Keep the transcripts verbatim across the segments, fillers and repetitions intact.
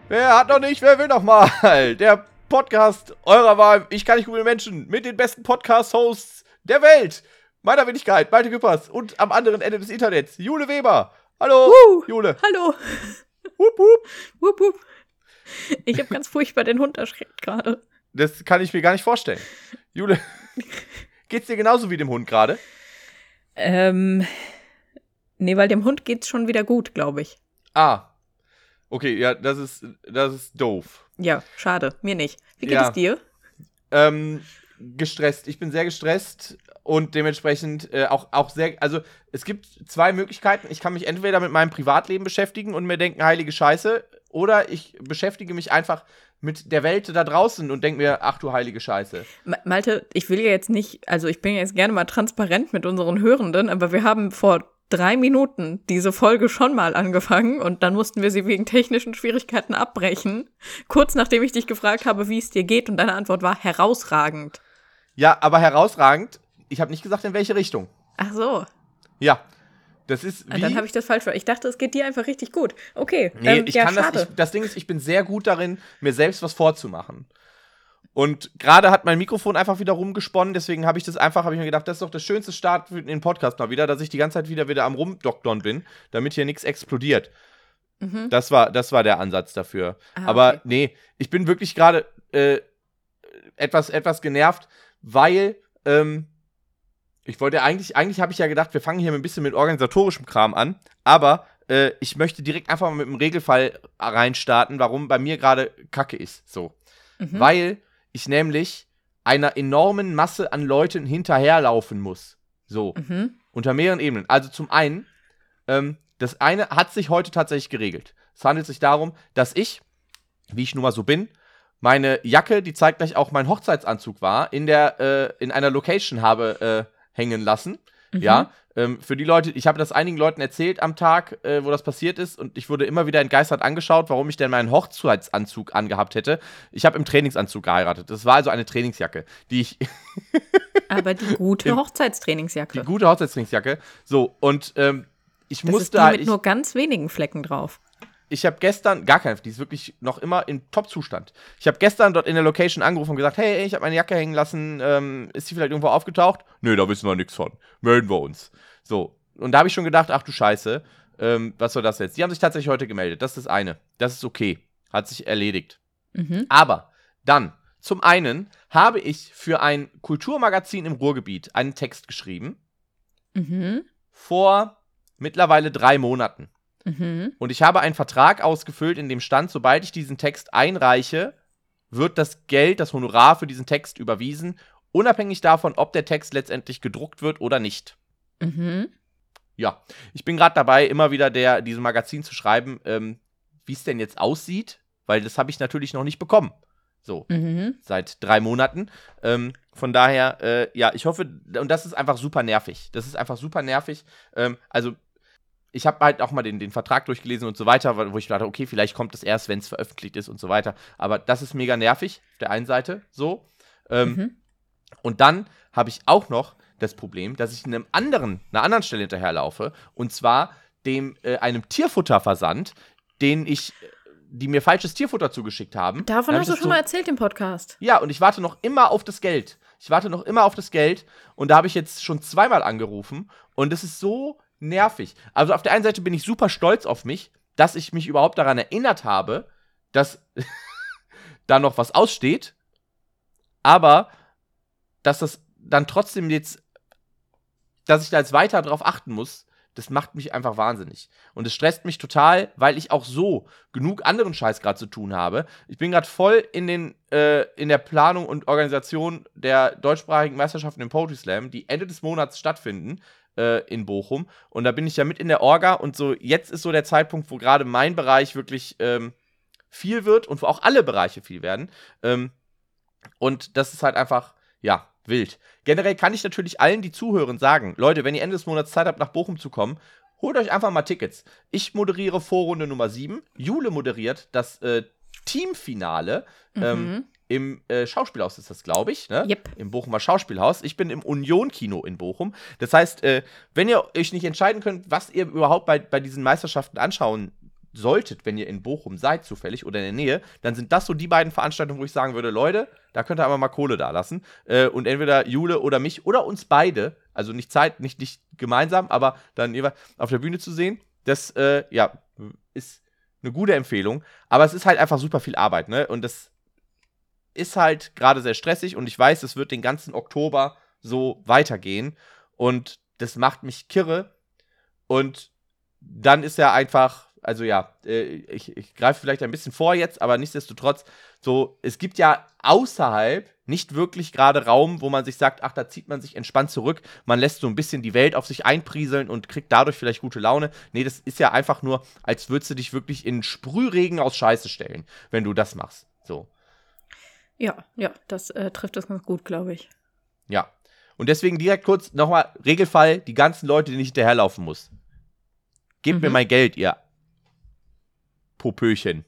Wer hat noch nicht, wer will noch mal? Der Podcast eurer Wahl. Ich kann nicht googeln Menschen mit den besten Podcast-Hosts der Welt. Meiner Wenigkeit, Malte Küppers und am anderen Ende des Internets, Jule Weber. Hallo, uh, Jule. Hallo. Wupp, wupp. Wupp, wupp. Ich habe ganz furchtbar den Hund erschreckt gerade. Das kann ich mir gar nicht vorstellen. Jule, geht's dir genauso wie dem Hund gerade? Ähm, nee, weil dem Hund geht's schon wieder gut, glaube ich. Ah, okay, ja, das ist, das ist doof. Ja, schade, mir nicht. Wie geht Ja. es dir? Ähm, gestresst. Ich bin sehr gestresst und dementsprechend äh, auch, auch sehr, also es gibt zwei Möglichkeiten. Ich kann mich entweder mit meinem Privatleben beschäftigen und mir denken, heilige Scheiße, oder ich beschäftige mich einfach mit der Welt da draußen und denke mir, ach du heilige Scheiße. Ma- Malte, ich will ja jetzt nicht, also ich bin jetzt gerne mal transparent mit unseren Hörenden, aber wir haben vor drei Minuten diese Folge schon mal angefangen und dann mussten wir sie wegen technischen Schwierigkeiten abbrechen. Kurz nachdem ich dich gefragt habe, wie es dir geht und deine Antwort war herausragend. Ja, aber herausragend, ich habe nicht gesagt, in welche Richtung. Ach so, Ja, das ist ah, wie... dann habe ich das falsch verstanden. Ich dachte, es geht dir einfach richtig gut. Okay, Nee, ähm, ich ja, kann schade. das, ich, das Ding ist, ich bin sehr gut darin, mir selbst was vorzumachen. Und gerade hat mein Mikrofon einfach wieder rumgesponnen, deswegen habe ich das einfach, habe ich mir gedacht, das ist doch der schönste Start für den Podcast mal wieder, dass ich die ganze Zeit wieder wieder am Rumdoktern bin, damit hier nichts explodiert. Mhm. Das war, das war der Ansatz dafür. Ah, Aber okay. nee, ich bin wirklich gerade äh, etwas, etwas genervt, weil ähm, ich wollte eigentlich, eigentlich habe ich ja gedacht, wir fangen hier ein bisschen mit organisatorischem Kram an, aber äh, ich möchte direkt einfach mal mit dem Regelfall reinstarten, warum bei mir gerade Kacke ist. So. Mhm. Weil ich nämlich einer enormen Masse an Leuten hinterherlaufen muss. So. Mhm. Unter mehreren Ebenen. Also zum einen, ähm, das eine hat sich heute tatsächlich geregelt. Es handelt sich darum, dass ich, wie ich nun mal so bin, meine Jacke, die zeitgleich auch mein Hochzeitsanzug war, in der, äh, in einer Location habe äh, hängen lassen. Mhm. Ja, ähm, für die Leute, ich habe das einigen Leuten erzählt am Tag, äh, wo das passiert ist, und ich wurde immer wieder entgeistert angeschaut, warum ich denn meinen Hochzeitsanzug angehabt hätte. Ich habe im Trainingsanzug geheiratet. Das war also eine Trainingsjacke, die ich, Aber die gute Hochzeitstrainingsjacke. die gute Hochzeitstrainingsjacke. So, und ähm, ich Das ist musste die halt, mit ich, nur ganz wenigen Flecken drauf. ich habe gestern, gar keine, die ist wirklich noch immer in Top-Zustand. Ich habe gestern dort in der Location angerufen und gesagt, hey, ich habe meine Jacke hängen lassen, ähm, ist die vielleicht irgendwo aufgetaucht? Nö, da wissen wir nichts von. Melden wir uns. So, und da habe ich schon gedacht, ach du Scheiße, ähm, was soll das jetzt? Die haben sich tatsächlich heute gemeldet, das ist das eine. Das ist okay, hat sich erledigt. Mhm. Aber dann, zum einen habe ich für ein Kulturmagazin im Ruhrgebiet einen Text geschrieben, Mhm. vor mittlerweile drei Monaten. Mhm. Und ich habe einen Vertrag ausgefüllt, in dem stand, sobald ich diesen Text einreiche, wird das Geld, das Honorar für diesen Text überwiesen, unabhängig davon, ob der Text letztendlich gedruckt wird oder nicht. Mhm. Ja, ich bin gerade dabei, immer wieder der, diesem Magazin zu schreiben, ähm, wie es denn jetzt aussieht, weil das habe ich natürlich noch nicht bekommen. So, Mhm. seit drei Monaten. Ähm, von daher, äh, ja, ich hoffe, und das ist einfach super nervig. Das ist einfach super nervig. Ähm, also, ich habe halt auch mal den, den Vertrag durchgelesen und so weiter, wo ich dachte, okay, vielleicht kommt das erst, wenn es veröffentlicht ist und so weiter. Aber das ist mega nervig, auf der einen Seite, so. Ähm, Mhm. Und dann habe ich auch noch das Problem, dass ich einem anderen, einer anderen Stelle hinterherlaufe, und zwar dem, äh, einem Tierfutterversand, den ich, die mir falsches Tierfutter zugeschickt haben. Davon Dann hab hast ich du das schon so- mal erzählt im Podcast. Ja, und ich warte noch immer auf das Geld. Ich warte noch immer auf das Geld, und da habe ich jetzt schon zweimal angerufen, und es ist so nervig. Also auf der einen Seite bin ich super stolz auf mich, dass ich mich überhaupt daran erinnert habe, dass da noch was aussteht, aber dass das dann trotzdem jetzt, dass ich da jetzt weiter drauf achten muss, das macht mich einfach wahnsinnig. Und es stresst mich total, weil ich auch so genug anderen Scheiß gerade zu tun habe. Ich bin gerade voll in den äh, in der Planung und Organisation der deutschsprachigen Meisterschaften im Poetry Slam, die Ende des Monats stattfinden äh, in Bochum. Und da bin ich ja mit in der Orga, und so jetzt ist so der Zeitpunkt, wo gerade mein Bereich wirklich ähm, viel wird und wo auch alle Bereiche viel werden. Ähm, und das ist halt einfach, ja, wild. Generell kann ich natürlich allen, die zuhören, sagen, Leute, wenn ihr Ende des Monats Zeit habt, nach Bochum zu kommen, holt euch einfach mal Tickets. Ich moderiere Vorrunde Nummer sieben. Jule moderiert das äh, Teamfinale. Mhm. Ähm, Im äh, Schauspielhaus ist das, glaube ich, ne? Yep. Im Bochumer Schauspielhaus. Ich bin im Union-Kino in Bochum. Das heißt, äh, wenn ihr euch nicht entscheiden könnt, was ihr überhaupt bei, bei diesen Meisterschaften anschauen solltet, wenn ihr in Bochum seid zufällig oder in der Nähe, dann sind das so die beiden Veranstaltungen, wo ich sagen würde, Leute, da könnt ihr einfach mal Kohle da lassen. Äh, und entweder Jule oder mich oder uns beide, also nicht Zeit, nicht, nicht gemeinsam, aber dann jeweils auf der Bühne zu sehen, das äh, ja, ist eine gute Empfehlung. Aber es ist halt einfach super viel Arbeit, ne? Und das ist halt gerade sehr stressig und ich weiß, es wird den ganzen Oktober so weitergehen. Und das macht mich kirre. Und dann ist ja einfach, also ja, äh, ich, ich greife vielleicht ein bisschen vor jetzt, aber nichtsdestotrotz, so, es gibt ja außerhalb nicht wirklich gerade Raum, wo man sich sagt, ach, da zieht man sich entspannt zurück, man lässt so ein bisschen die Welt auf sich einprieseln und kriegt dadurch vielleicht gute Laune. Nee, das ist ja einfach nur, als würdest du dich wirklich in Sprühregen aus Scheiße stellen, wenn du das machst. So. Ja, ja, das äh, trifft das ganz gut, glaube ich. Ja. Und deswegen direkt kurz nochmal, Regelfall, die ganzen Leute, die nicht hinterherlaufen muss. Gebt mhm. mir mein Geld, ihr Popöchen.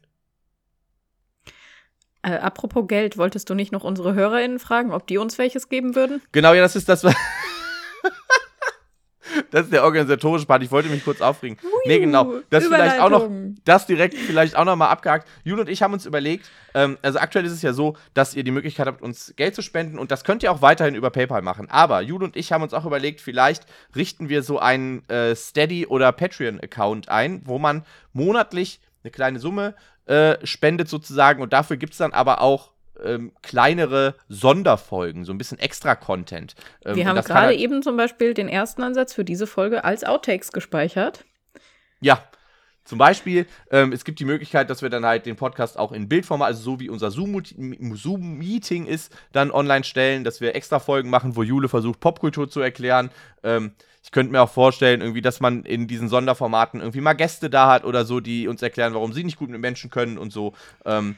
Äh, apropos Geld, wolltest du nicht noch unsere HörerInnen fragen, ob die uns welches geben würden? Genau, ja, das ist das, was das ist der organisatorische Part. Ich wollte mich kurz aufregen. Ui, nee, genau. Das vielleicht auch noch, das direkt vielleicht auch noch mal abgehakt. Jule und ich haben uns überlegt, ähm, also aktuell ist es ja so, dass ihr die Möglichkeit habt, uns Geld zu spenden und das könnt ihr auch weiterhin über PayPal machen. Aber Jule und ich haben uns auch überlegt, vielleicht richten wir so einen äh, Steady- oder Patreon-Account ein, wo man monatlich eine kleine Summe äh, spendet sozusagen und dafür gibt es dann aber auch Ähm, kleinere Sonderfolgen, so ein bisschen Extra-Content. Ähm, Wir haben gerade halt eben zum Beispiel den ersten Ansatz für diese Folge als Outtakes gespeichert. Ja, zum Beispiel, ähm, es gibt die Möglichkeit, dass wir dann halt den Podcast auch in Bildformat, also so wie unser Zoom-Meeting ist, dann online stellen, dass wir Extra-Folgen machen, wo Jule versucht, Popkultur zu erklären. Ähm, ich könnte mir auch vorstellen, irgendwie, dass man in diesen Sonderformaten irgendwie mal Gäste da hat oder so, die uns erklären, warum sie nicht gut mit Menschen können und so. Ähm,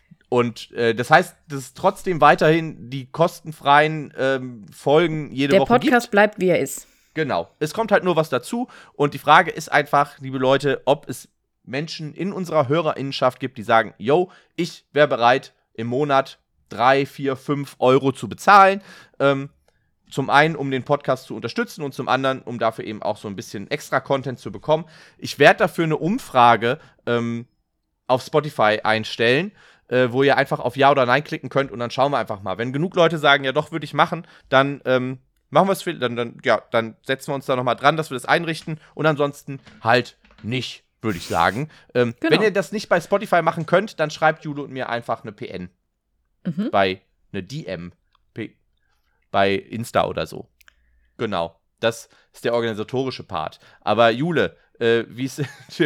Und äh, das heißt, dass es trotzdem weiterhin die kostenfreien ähm, Folgen jede Der Woche gibt. Der Podcast bleibt, wie er ist. Genau. Es kommt halt nur was dazu. Und die Frage ist einfach, liebe Leute, ob es Menschen in unserer HörerInnenschaft gibt, die sagen, yo, ich wäre bereit, im Monat drei, vier, fünf Euro zu bezahlen. Ähm, zum einen, um den Podcast zu unterstützen und zum anderen, um dafür eben auch so ein bisschen extra Content zu bekommen. Ich werde dafür eine Umfrage ähm, auf Spotify einstellen, Äh, wo ihr einfach auf Ja oder Nein klicken könnt und dann schauen wir einfach mal. Wenn genug Leute sagen, ja doch, würde ich machen, dann ähm, machen wir es, dann, dann, ja, dann setzen wir uns da nochmal dran, dass wir das einrichten und ansonsten halt nicht, würde ich sagen. Ähm, genau. Wenn ihr das nicht bei Spotify machen könnt, dann schreibt Jule und mir einfach eine P N. Mhm. Bei, eine D M. P- bei Insta oder so. Genau. Das ist der organisatorische Part. Aber Jule, äh, wie ist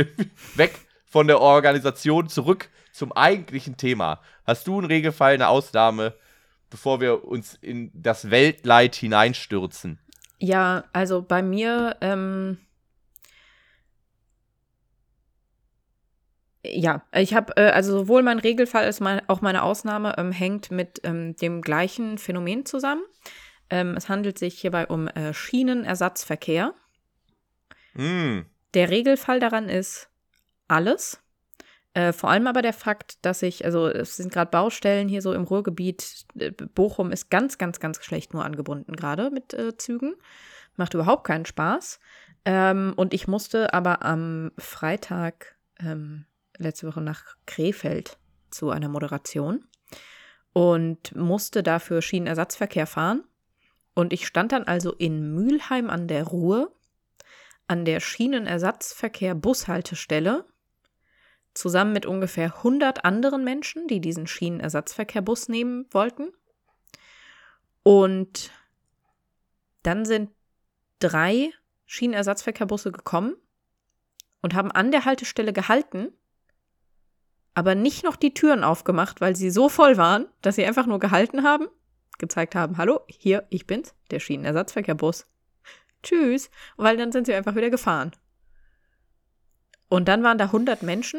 weg von der Organisation zurück zum eigentlichen Thema. Hast du einen Regelfall, eine Ausnahme, bevor wir uns in das Weltleid hineinstürzen? Ja, also bei mir, ähm, ja, ich habe, äh, also sowohl mein Regelfall als mein, auch meine Ausnahme ähm, hängt mit ähm, dem gleichen Phänomen zusammen. Ähm, es handelt sich hierbei um äh, Schienenersatzverkehr. Mm. Der Regelfall daran ist alles. Äh, vor allem aber der Fakt, dass ich, also es sind gerade Baustellen hier so im Ruhrgebiet, äh, Bochum ist ganz, ganz, ganz schlecht nur angebunden gerade mit äh, Zügen. Macht überhaupt keinen Spaß. Ähm, und ich musste aber am Freitag ähm, letzte Woche nach Krefeld zu einer Moderation und musste dafür Schienenersatzverkehr fahren. Und ich stand dann also in Mülheim an der Ruhr an der Schienenersatzverkehr-Bushaltestelle zusammen mit ungefähr hundert anderen Menschen, die diesen Schienenersatzverkehrbus nehmen wollten. Und dann sind drei Schienenersatzverkehrbusse gekommen und haben an der Haltestelle gehalten, aber nicht noch die Türen aufgemacht, weil sie so voll waren, dass sie einfach nur gehalten haben, gezeigt haben, hallo, hier, ich bin's, der Schienenersatzverkehrbus. Tschüss. Weil dann sind sie einfach wieder gefahren. Und dann waren da hundert Menschen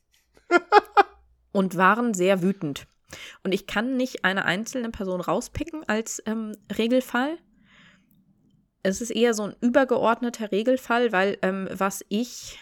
und waren sehr wütend. Und ich kann nicht eine einzelne Person rauspicken als ähm, Regelfall. Es ist eher so ein übergeordneter Regelfall, weil ähm, was ich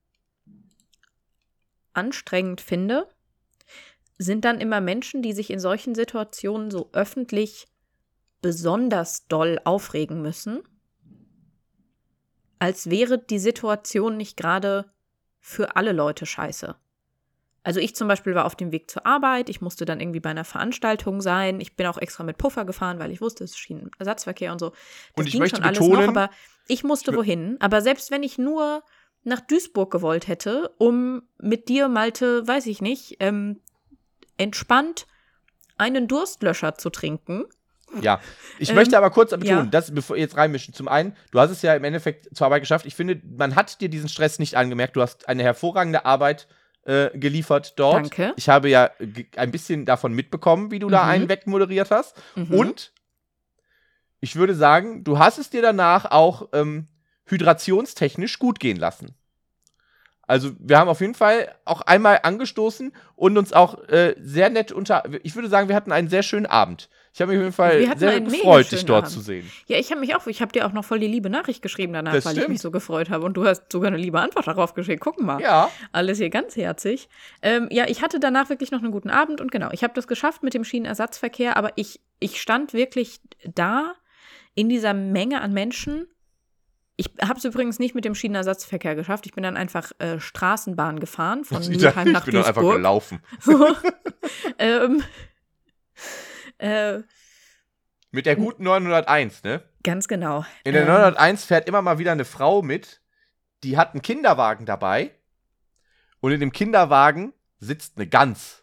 anstrengend finde, sind dann immer Menschen, die sich in solchen Situationen so öffentlich besonders doll aufregen müssen, als wäre die Situation nicht gerade für alle Leute scheiße. Also ich zum Beispiel war auf dem Weg zur Arbeit, ich musste dann irgendwie bei einer Veranstaltung sein. Ich bin auch extra mit Puffer gefahren, weil ich wusste, es ist Schienenersatzverkehr und so. Das Und ich ging möchte schon alles betonen, noch, aber ich musste ich, wohin. Aber selbst wenn ich nur nach Duisburg gewollt hätte, um mit dir, Malte, weiß ich nicht, ähm, entspannt einen Durstlöscher zu trinken. Ja, ich ähm, möchte aber kurz betonen, ja. dass, bevor wir jetzt reinmischen, zum einen, du hast es ja im Endeffekt zur Arbeit geschafft. Ich finde, man hat dir diesen Stress nicht angemerkt. Du hast eine hervorragende Arbeit äh, geliefert dort. Danke. Ich habe ja ge- ein bisschen davon mitbekommen, wie du Mhm. da einen wegmoderiert hast. Mhm. Und ich würde sagen, du hast es dir danach auch ähm, hydrationstechnisch gut gehen lassen. Also wir haben auf jeden Fall auch einmal angestoßen und uns auch äh, sehr nett unter... Ich würde sagen, wir hatten einen sehr schönen Abend. Ich habe mich auf jeden Fall Wir hatten sehr einen mega gefreut, dich schönen dort Abend. zu sehen. Ja, ich habe mich auch, ich habe dir auch noch voll die liebe Nachricht geschrieben danach, Das weil stimmt. ich mich so gefreut habe. Und du hast sogar eine liebe Antwort darauf geschickt. Guck mal. Ja. Alles hier ganz herzig. Ähm, ja, ich hatte danach wirklich noch einen guten Abend und genau, ich habe das geschafft mit dem Schienenersatzverkehr, aber ich, ich stand wirklich da in dieser Menge an Menschen. Ich habe es übrigens nicht mit dem Schienenersatzverkehr geschafft. Ich bin dann einfach äh, Straßenbahn gefahren von Ich, Mülheim nach ich bin dann einfach Duisburg. gelaufen. So. ähm, äh, Mit der guten neunhunderteins, ne? ganz genau. In der Ähm, neunhunderteins fährt immer mal wieder eine Frau mit, die hat einen Kinderwagen dabei und in dem Kinderwagen sitzt eine Gans.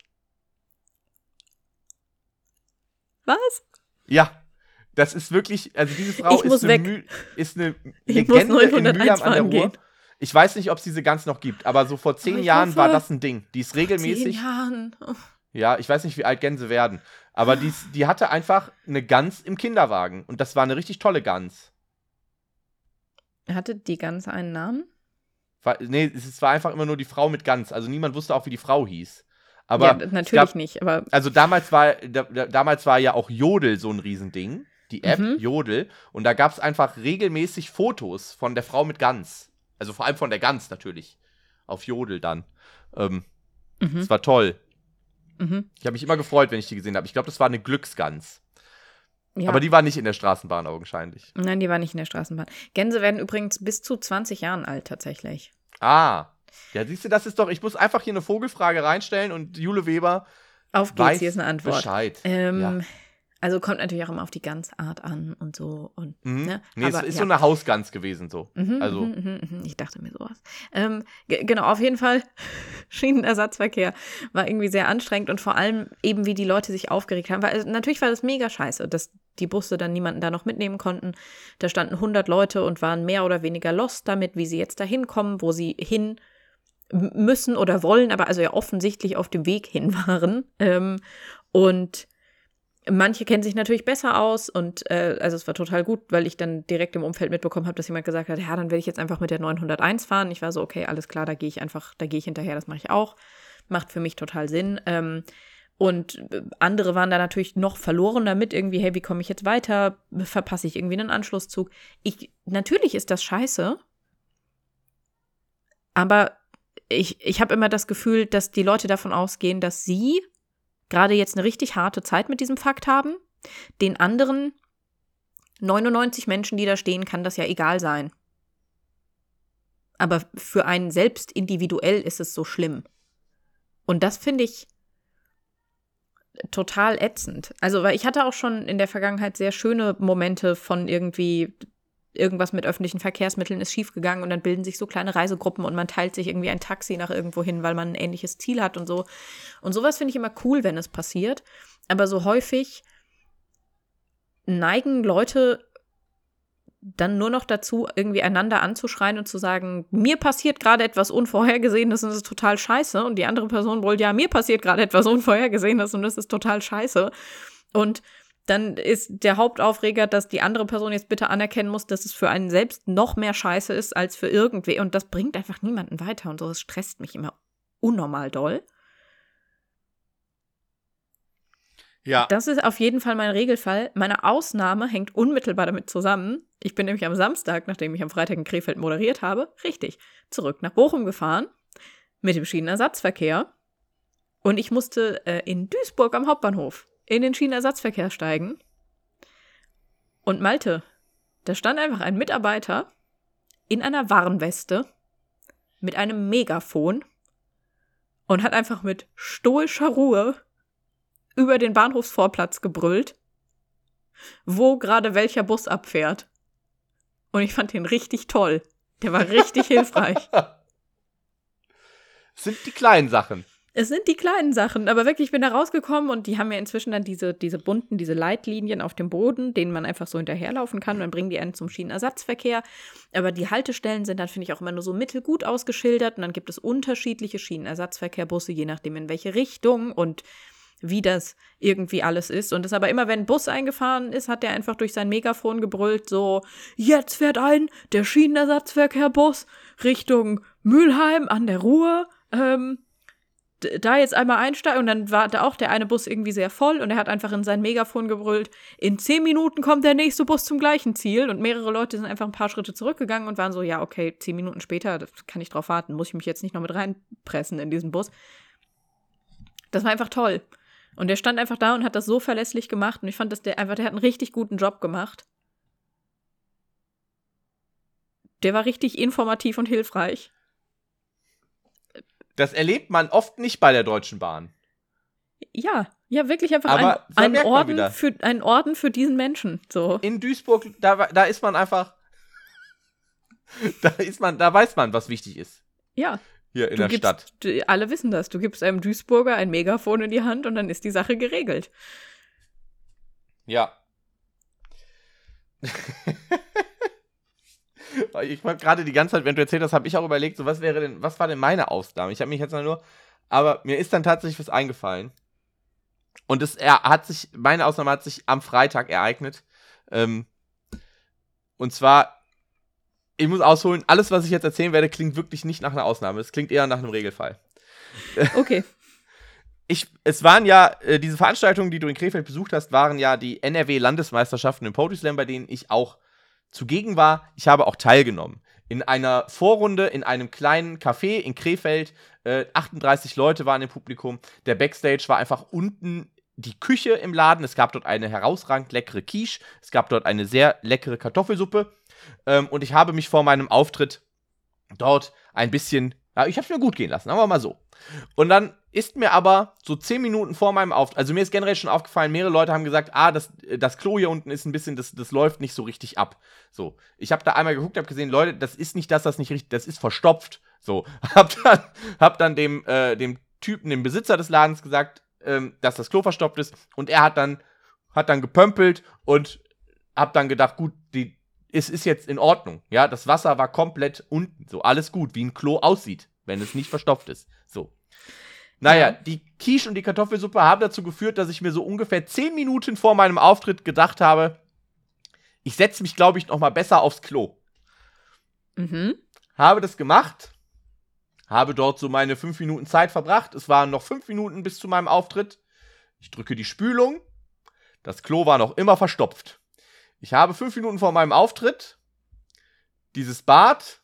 Was? Ja, das ist wirklich, also diese Frau Ich muss ist, eine weg. Mü- ist eine Ich muss Legende in neunhunderteins Mülheim an der fahren Ruhr. gehen. Ich weiß nicht, ob es diese Gans noch gibt, aber so vor zehn Oh, ich Jahren hoffe. war das ein Ding. Die ist regelmäßig, Zehn Jahren. Oh. ja, ich weiß nicht, wie alt Gänse werden, aber die, ist- die hatte einfach eine Gans im Kinderwagen und das war eine richtig tolle Gans. Hatte die Gans einen Namen? War, nee, es war einfach immer nur die Frau mit Gans, also niemand wusste auch, wie die Frau hieß. Aber ja, es natürlich gab, nicht, aber also damals war, da, da, damals war ja auch Jodel so ein Riesending, die App Mhm. Jodel, und da gab es einfach regelmäßig Fotos von der Frau mit Gans. Also vor allem von der Gans natürlich. Auf Jodel dann. Ähm, mhm. Das war toll. Mhm. Ich habe mich immer gefreut, wenn ich die gesehen habe. Ich glaube, das war eine Glücksgans. Ja. Aber die war nicht in der Straßenbahn augenscheinlich. Nein, die war nicht in der Straßenbahn. Gänse werden übrigens bis zu zwanzig Jahren alt tatsächlich. Ah. Ja, siehst du, das ist doch, ich muss einfach hier eine Vogelfrage reinstellen und Jule Weber Auf geht's, weiß hier ist eine Antwort. Bescheid. Ähm, Ja. Also kommt natürlich auch immer auf die Gansart an und so. Und, Mhm. ne? Nee, es Aber, ist ja. so eine Hausgans gewesen, so. Mhm, Also, mhm, mhm, mhm. Ich dachte mir sowas. Ähm, g- genau, auf jeden Fall, Schienenersatzverkehr war irgendwie sehr anstrengend und vor allem eben, wie die Leute sich aufgeregt haben. Weil, also, natürlich war das mega scheiße, dass die Busse dann niemanden da noch mitnehmen konnten. Da standen hundert Leute und waren mehr oder weniger lost damit, wie sie jetzt da hinkommen, wo sie hin m- müssen oder wollen, aber also ja offensichtlich auf dem Weg hin waren. Ähm, und manche kennen sich natürlich besser aus und äh, also es war total gut, weil ich dann direkt im Umfeld mitbekommen habe, dass jemand gesagt hat, ja, dann werde ich jetzt einfach mit der neunhunderteins fahren. Ich war so, okay, alles klar, da gehe ich einfach, da gehe ich hinterher, das mache ich auch. Macht für mich total Sinn. Ähm, und äh, andere waren da natürlich noch verloren damit, irgendwie, hey, wie komme ich jetzt weiter? Verpasse ich irgendwie einen Anschlusszug? Ich, natürlich ist das scheiße, aber ich, ich habe immer das Gefühl, dass die Leute davon ausgehen, dass sie gerade jetzt eine richtig harte Zeit mit diesem Fakt haben. Den anderen neunundneunzig Menschen, die da stehen, kann das ja egal sein. Aber für einen selbst individuell ist es so schlimm. Und das finde ich total ätzend. Also, weil ich hatte auch schon in der Vergangenheit sehr schöne Momente von irgendwie irgendwas mit öffentlichen Verkehrsmitteln ist schiefgegangen und dann bilden sich so kleine Reisegruppen und man teilt sich irgendwie ein Taxi nach irgendwo hin, weil man ein ähnliches Ziel hat und so. Und sowas finde ich immer cool, wenn es passiert. Aber so häufig neigen Leute dann nur noch dazu, irgendwie einander anzuschreien und zu sagen, mir passiert gerade etwas Unvorhergesehenes und das ist total scheiße. Und die andere Person wohl, ja, mir passiert gerade etwas Unvorhergesehenes und das ist total scheiße. Und dann ist der Hauptaufreger, dass die andere Person jetzt bitte anerkennen muss, dass es für einen selbst noch mehr Scheiße ist als für irgendwen. Und das bringt einfach niemanden weiter. Und so, das stresst mich immer unnormal doll. ja. Das ist auf jeden Fall mein Regelfall. Meine Ausnahme hängt unmittelbar damit zusammen. Ich bin nämlich am Samstag, nachdem ich am Freitag in Krefeld moderiert habe, richtig, zurück nach Bochum gefahren mit dem Schienenersatzverkehr. Und ich musste äh, in Duisburg am Hauptbahnhof in den Schienenersatzverkehr steigen. Und Malte, da stand einfach ein Mitarbeiter in einer Warnweste mit einem Megafon und hat einfach mit stoischer Ruhe über den Bahnhofsvorplatz gebrüllt, wo gerade welcher Bus abfährt. Und ich fand den richtig toll. Der war richtig hilfreich. Es sind die kleinen Sachen. Es sind die kleinen Sachen, aber wirklich, ich bin da rausgekommen und die haben ja inzwischen dann diese, diese bunten, diese Leitlinien auf dem Boden, denen man einfach so hinterherlaufen kann und dann bringen die einen zum Schienenersatzverkehr. Aber die Haltestellen sind dann, finde ich, auch immer nur so mittelgut ausgeschildert und dann gibt es unterschiedliche Schienenersatzverkehrbusse, je nachdem in welche Richtung und wie das irgendwie alles ist. Und das aber immer, wenn ein Bus eingefahren ist, hat der einfach durch sein Megafon gebrüllt, so, jetzt fährt ein der Schienenersatzverkehrbus Richtung Mülheim an der Ruhr, ähm, da jetzt einmal einsteigen und dann war da auch der eine Bus irgendwie sehr voll und er hat einfach in sein Megafon gebrüllt, in zehn Minuten kommt der nächste Bus zum gleichen Ziel und mehrere Leute sind einfach ein paar Schritte zurückgegangen und waren so, ja, okay, zehn Minuten später, das kann ich drauf warten, muss ich mich jetzt nicht noch mit reinpressen in diesen Bus. Das war einfach toll. Und der stand einfach da und hat das so verlässlich gemacht und ich fand, dass der einfach, der hat einen richtig guten Job gemacht. Der war richtig informativ und hilfreich. Das erlebt man oft nicht bei der Deutschen Bahn. Ja, ja, wirklich einfach Aber ein, so ein, Orden für, ein Orden für diesen Menschen. So. In Duisburg, da, da ist man einfach, da ist man, da weiß man, was wichtig ist. Ja. Hier in du der gibst, Stadt. Du, alle wissen das. Du gibst einem Duisburger ein Megafon in die Hand und dann ist die Sache geregelt. Ja. Ich habe gerade die ganze Zeit, wenn du erzählt hast, habe ich auch überlegt, so was wäre denn, was war denn meine Ausnahme? Ich habe mich jetzt nur, aber mir ist dann tatsächlich was eingefallen. Und es er hat sich, meine Ausnahme hat sich am Freitag ereignet. Ähm, und zwar, ich muss ausholen, alles, was ich jetzt erzählen werde, klingt wirklich nicht nach einer Ausnahme. Es klingt eher nach einem Regelfall. Okay. Ich, es waren ja, äh, diese Veranstaltungen, die du in Krefeld besucht hast, waren ja die N R W-Landesmeisterschaften im Poetry Slam, bei denen ich auch zugegen war. Ich habe auch teilgenommen. In einer Vorrunde in einem kleinen Café in Krefeld. Äh, achtunddreißig Leute waren im Publikum. Der Backstage war einfach unten die Küche im Laden. Es gab dort eine herausragend leckere Quiche. Es gab dort eine sehr leckere Kartoffelsuppe. Ähm, und ich habe mich vor meinem Auftritt dort ein bisschen, ja, ich habe es mir gut gehen lassen, sagen wir mal so. Und dann ist mir aber so zehn Minuten vor meinem Auftritt, also mir ist generell schon aufgefallen, mehrere Leute haben gesagt, ah, das, das Klo hier unten ist ein bisschen, das, das läuft nicht so richtig ab. So, ich habe da einmal geguckt, habe gesehen, Leute, das ist nicht das, das nicht richtig, das ist verstopft. So, hab dann, hab dann dem, äh, dem Typen, dem Besitzer des Ladens gesagt, ähm, dass das Klo verstopft ist und er hat dann, hat dann gepömpelt und hab dann gedacht, gut, die, es ist jetzt in Ordnung, ja, das Wasser war komplett unten, so, alles gut, wie ein Klo aussieht, wenn es nicht verstopft ist, so. Naja, ja. Die Quiche und die Kartoffelsuppe haben dazu geführt, dass ich mir so ungefähr zehn Minuten vor meinem Auftritt gedacht habe, ich setze mich, glaube ich, noch mal besser aufs Klo. Mhm. Habe das gemacht, habe dort so meine fünf Minuten Zeit verbracht, es waren noch fünf Minuten bis zu meinem Auftritt, ich drücke die Spülung, das Klo war noch immer verstopft. Ich habe fünf Minuten vor meinem Auftritt dieses Bad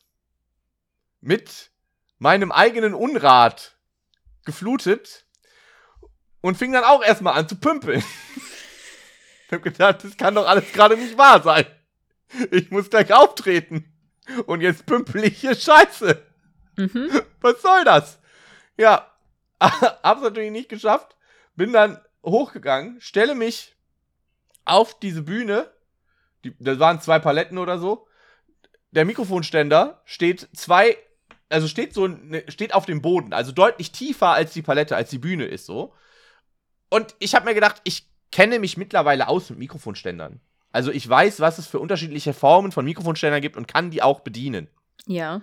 mit meinem eigenen Unrat geflutet und fing dann auch erstmal an zu pümpeln. Ich hab gedacht, das kann doch alles gerade nicht wahr sein. Ich muss gleich auftreten. Und jetzt pümpel ich hier Scheiße. Mhm. Was soll das? Ja, hab's natürlich nicht geschafft. Bin dann hochgegangen, stelle mich auf diese Bühne. Die, das waren zwei Paletten oder so. Der Mikrofonständer steht zwei Also steht so steht auf dem Boden, also deutlich tiefer als die Palette, als die Bühne ist so. Und ich habe mir gedacht, ich kenne mich mittlerweile aus mit Mikrofonständern. Also ich weiß, was es für unterschiedliche Formen von Mikrofonständern gibt und kann die auch bedienen. Ja.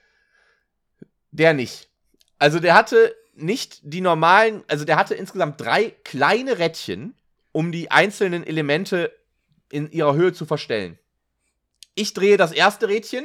Der nicht. Also der hatte nicht die normalen, also der hatte insgesamt drei kleine Rädchen, um die einzelnen Elemente in ihrer Höhe zu verstellen. Ich drehe das erste Rädchen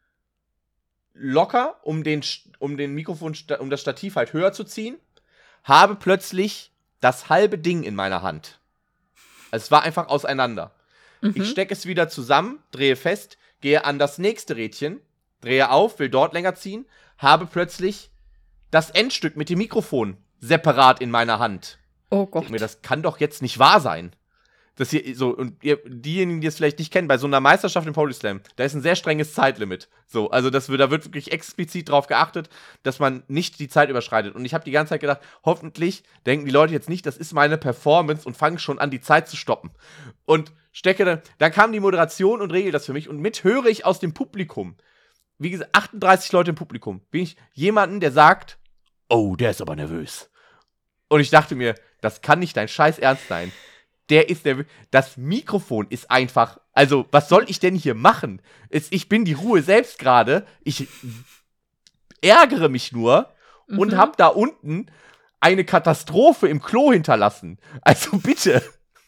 locker, um den, um den Mikrofon, um das Stativ halt höher zu ziehen, habe plötzlich das halbe Ding in meiner Hand. Also es war einfach auseinander. Mhm. Ich stecke es wieder zusammen, drehe fest, gehe an das nächste Rädchen, drehe auf, will dort länger ziehen, habe plötzlich das Endstück mit dem Mikrofon separat in meiner Hand. Oh Gott. Ich denke mir, das kann doch jetzt nicht wahr sein. Das hier so, und ihr, diejenigen, die es vielleicht nicht kennen, bei so einer Meisterschaft im Poetry Slam, da ist ein sehr strenges Zeitlimit. So, also das, da wird wirklich explizit drauf geachtet, dass man nicht die Zeit überschreitet. Und ich habe die ganze Zeit gedacht, hoffentlich denken die Leute jetzt nicht, das ist meine Performance und fangen schon an, die Zeit zu stoppen. Und stecke dann, dann kam die Moderation und regelt das für mich und mit höre ich aus dem Publikum, wie gesagt, achtunddreißig Leute im Publikum, bin ich jemanden, der sagt, oh, der ist aber nervös. Und ich dachte mir, das kann nicht dein Scheiß Ernst sein. Der ist der. Das Mikrofon ist einfach. Also, was soll ich denn hier machen? Es, ich bin die Ruhe selbst gerade. Ich ärgere mich nur mhm. und hab da unten eine Katastrophe im Klo hinterlassen. Also bitte.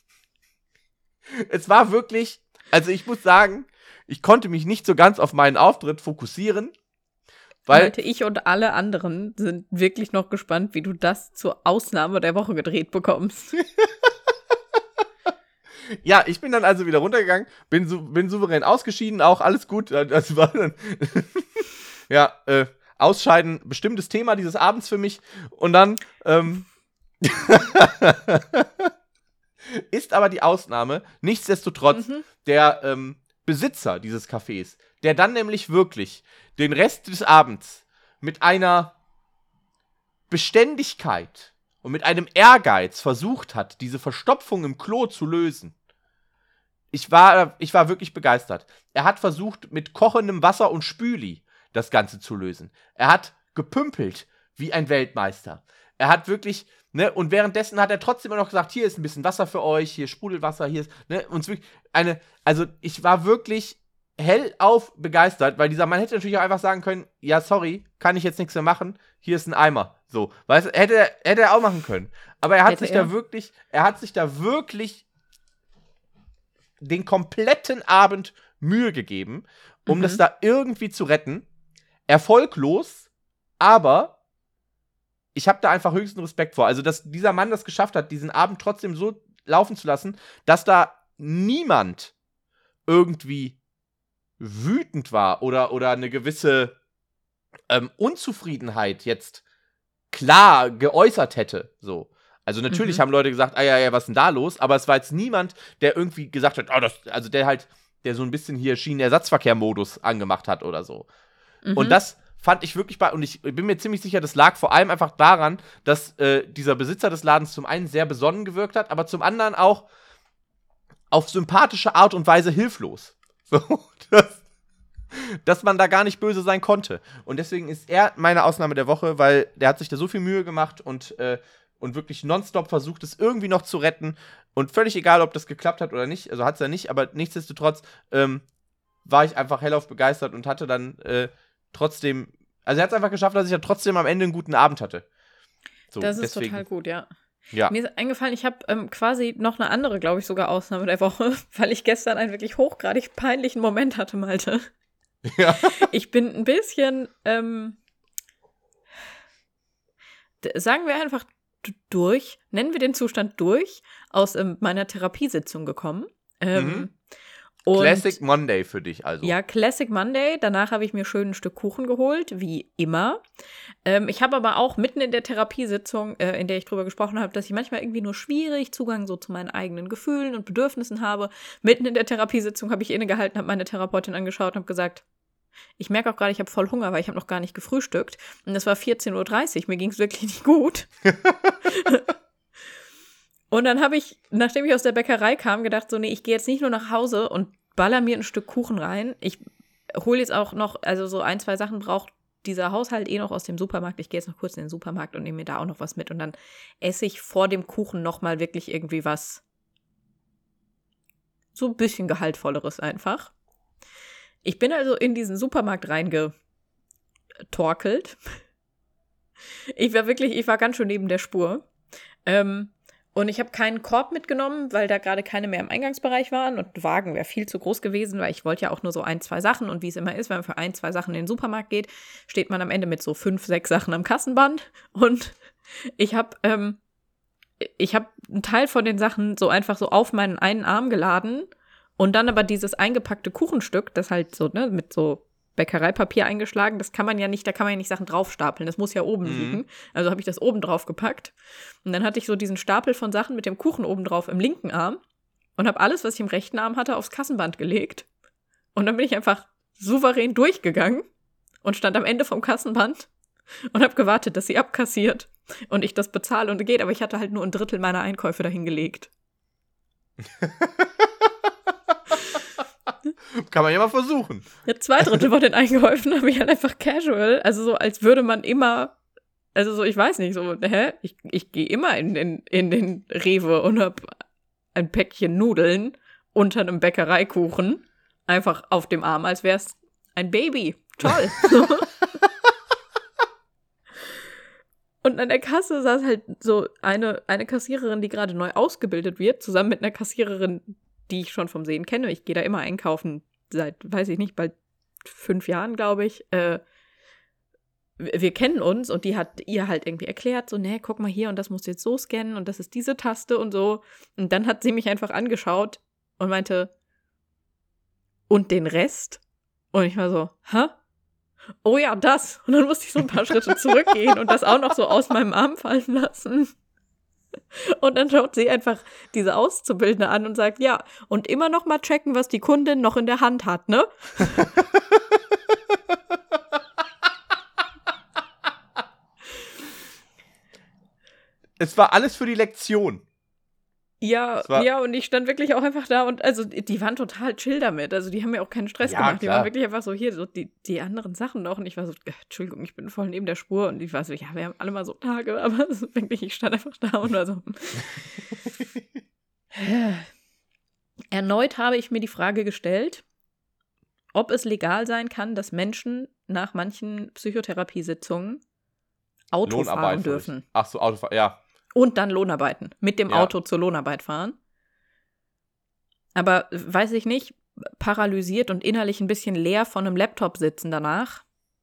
Es war wirklich. Also, ich muss sagen, ich konnte mich nicht so ganz auf meinen Auftritt fokussieren. Weil Leute, ich und alle anderen sind wirklich noch gespannt, wie du das zur Ausnahme der Woche gedreht bekommst. Ja, ich bin dann also wieder runtergegangen, bin, sou- bin souverän ausgeschieden, auch alles gut. Das war dann ja, äh, Ausscheiden, bestimmtes Thema dieses Abends für mich. Und dann ähm, ist aber die Ausnahme, nichtsdestotrotz, mhm. der ähm, Besitzer dieses Cafés, der dann nämlich wirklich den Rest des Abends mit einer Beständigkeit und mit einem Ehrgeiz versucht hat, diese Verstopfung im Klo zu lösen. Ich war, ich war wirklich begeistert. Er hat versucht, mit kochendem Wasser und Spüli das Ganze zu lösen. Er hat gepümpelt wie ein Weltmeister. Er hat wirklich, ne, und währenddessen hat er trotzdem immer noch gesagt, hier ist ein bisschen Wasser für euch, hier Sprudelwasser, hier ist, ne, uns wirklich eine, also ich war wirklich hellauf begeistert, weil dieser Mann hätte natürlich auch einfach sagen können, ja, sorry, kann ich jetzt nichts mehr machen, hier ist ein Eimer. So, weißt du, hätte, hätte er auch machen können. Aber er hat hätte sich er. da wirklich, er hat sich da wirklich den kompletten Abend Mühe gegeben, um mhm. das da irgendwie zu retten. Erfolglos, aber ich habe da einfach höchsten Respekt vor. Also, dass dieser Mann das geschafft hat, diesen Abend trotzdem so laufen zu lassen, dass da niemand irgendwie wütend war oder, oder eine gewisse ähm, Unzufriedenheit jetzt klar geäußert hätte. So. Also natürlich mhm. haben Leute gesagt, ah ja, ja, was ist denn da los? Aber es war jetzt niemand, der irgendwie gesagt hat, oh, das, also der halt, der so ein bisschen hier Schienenersatzverkehr-Modus angemacht hat oder so. Mhm. Und das fand ich wirklich bei, und ich bin mir ziemlich sicher, das lag vor allem einfach daran, dass äh, dieser Besitzer des Ladens zum einen sehr besonnen gewirkt hat, aber zum anderen auch auf sympathische Art und Weise hilflos. So, dass, dass man da gar nicht böse sein konnte. Und deswegen ist er meine Ausnahme der Woche, weil der hat sich da so viel Mühe gemacht und äh, und wirklich nonstop versucht, es irgendwie noch zu retten. Und völlig egal, ob das geklappt hat oder nicht, also hat es ja nicht, aber nichtsdestotrotz ähm, war ich einfach hellauf begeistert und hatte dann äh, trotzdem, also er hat es einfach geschafft, dass ich ja trotzdem am Ende einen guten Abend hatte. So, das ist deswegen. total gut, ja. ja. Mir ist eingefallen, ich habe ähm, quasi noch eine andere, glaube ich, sogar Ausnahme der Woche, weil ich gestern einen wirklich hochgradig peinlichen Moment hatte, Malte. Ja. Ich bin ein bisschen, ähm, d- sagen wir einfach, durch, nennen wir den Zustand durch, aus ähm, meiner Therapiesitzung gekommen. Ähm, mhm. Und, Classic Monday für dich also. Ja, Classic Monday. Danach habe ich mir schön ein Stück Kuchen geholt, wie immer. Ähm, ich habe aber auch mitten in der Therapiesitzung, äh, in der ich drüber gesprochen habe, dass ich manchmal irgendwie nur schwierig Zugang so zu meinen eigenen Gefühlen und Bedürfnissen habe. Mitten in der Therapiesitzung habe ich innegehalten, habe meine Therapeutin angeschaut und habe gesagt, ich merke auch gerade, ich habe voll Hunger, weil ich habe noch gar nicht gefrühstückt. Und es war vierzehn Uhr dreißig, mir ging es wirklich nicht gut. Und dann habe ich, nachdem ich aus der Bäckerei kam, gedacht, so, nee, ich gehe jetzt nicht nur nach Hause und baller mir ein Stück Kuchen rein. Ich hole jetzt auch noch, also so ein, zwei Sachen braucht dieser Haushalt eh noch aus dem Supermarkt. Ich gehe jetzt noch kurz in den Supermarkt und nehme mir da auch noch was mit. Und dann esse ich vor dem Kuchen noch mal wirklich irgendwie was so ein bisschen Gehaltvolleres einfach. Ich bin also in diesen Supermarkt reingetorkelt. Ich war wirklich, ich war ganz schön neben der Spur. Ähm, und ich habe keinen Korb mitgenommen, weil da gerade keine mehr im Eingangsbereich waren. Und der Wagen wäre viel zu groß gewesen, weil ich wollte ja auch nur so ein, zwei Sachen. Und wie es immer ist, wenn man für ein, zwei Sachen in den Supermarkt geht, steht man am Ende mit so fünf, sechs Sachen am Kassenband. Und ich habe ähm, ich habe einen Teil von den Sachen so einfach so auf meinen einen Arm geladen. Und dann aber dieses eingepackte Kuchenstück, das halt so, ne, mit so Bäckereipapier eingeschlagen, das kann man ja nicht, da kann man ja nicht Sachen draufstapeln, das muss ja oben mhm. liegen. Also habe ich das oben drauf gepackt. Und dann hatte ich so diesen Stapel von Sachen mit dem Kuchen oben drauf im linken Arm. und habe alles, was ich im rechten Arm hatte, aufs Kassenband gelegt. Und dann bin ich einfach souverän durchgegangen und stand am Ende vom Kassenband und habe gewartet, dass sie abkassiert und ich das bezahle und geht. Aber ich hatte halt nur ein Drittel meiner Einkäufe dahin gelegt. Kann man ja mal versuchen. Ja, zwei Drittel von den Einkäufen habe ich halt einfach casual. Also so, als würde man immer, also so, ich weiß nicht, so, hä? Ich, ich gehe immer in den, in den Rewe und habe ein Päckchen Nudeln unter einem Bäckereikuchen einfach auf dem Arm, als wäre es ein Baby. Toll. Und an der Kasse saß halt so eine, eine Kassiererin, die gerade neu ausgebildet wird, zusammen mit einer Kassiererin, die ich schon vom Sehen kenne. Ich gehe da immer einkaufen seit, weiß ich nicht, bald fünf Jahren, glaube ich. Äh, wir kennen uns und die hat ihr halt irgendwie erklärt, so, ne, guck mal hier und das musst du jetzt so scannen und das ist diese Taste und so. Und dann hat sie mich einfach angeschaut und meinte, und den Rest? Und ich war so, hä? Oh ja, das. Und dann musste ich so ein paar Schritte zurückgehen und das auch noch so aus meinem Arm fallen lassen. Und dann schaut sie einfach diese Auszubildende an und sagt, ja, und immer noch mal checken, was die Kundin noch in der Hand hat, ne? Es war alles für die Lektion. Ja, ja, und ich stand wirklich auch einfach da und also die waren total chill damit. Also die haben mir auch keinen Stress Ja, gemacht. Die klar. waren wirklich einfach so hier, so die, die anderen Sachen noch. Und ich war so, äh, Entschuldigung, ich bin voll neben der Spur. Und ich war so, ja, wir haben alle mal so Tage, aber so wirklich, ich stand einfach da und war so. Erneut habe ich mir die Frage gestellt, ob es legal sein kann, dass Menschen nach manchen Psychotherapiesitzungen Auto Lohnarbeit fahren für dürfen. dich. Ach so, Autofahren, ja. Und dann Lohnarbeiten. Mit dem Ja. Auto zur Lohnarbeit fahren. Aber weiß ich nicht, paralysiert und innerlich ein bisschen leer von einem Laptop sitzen danach.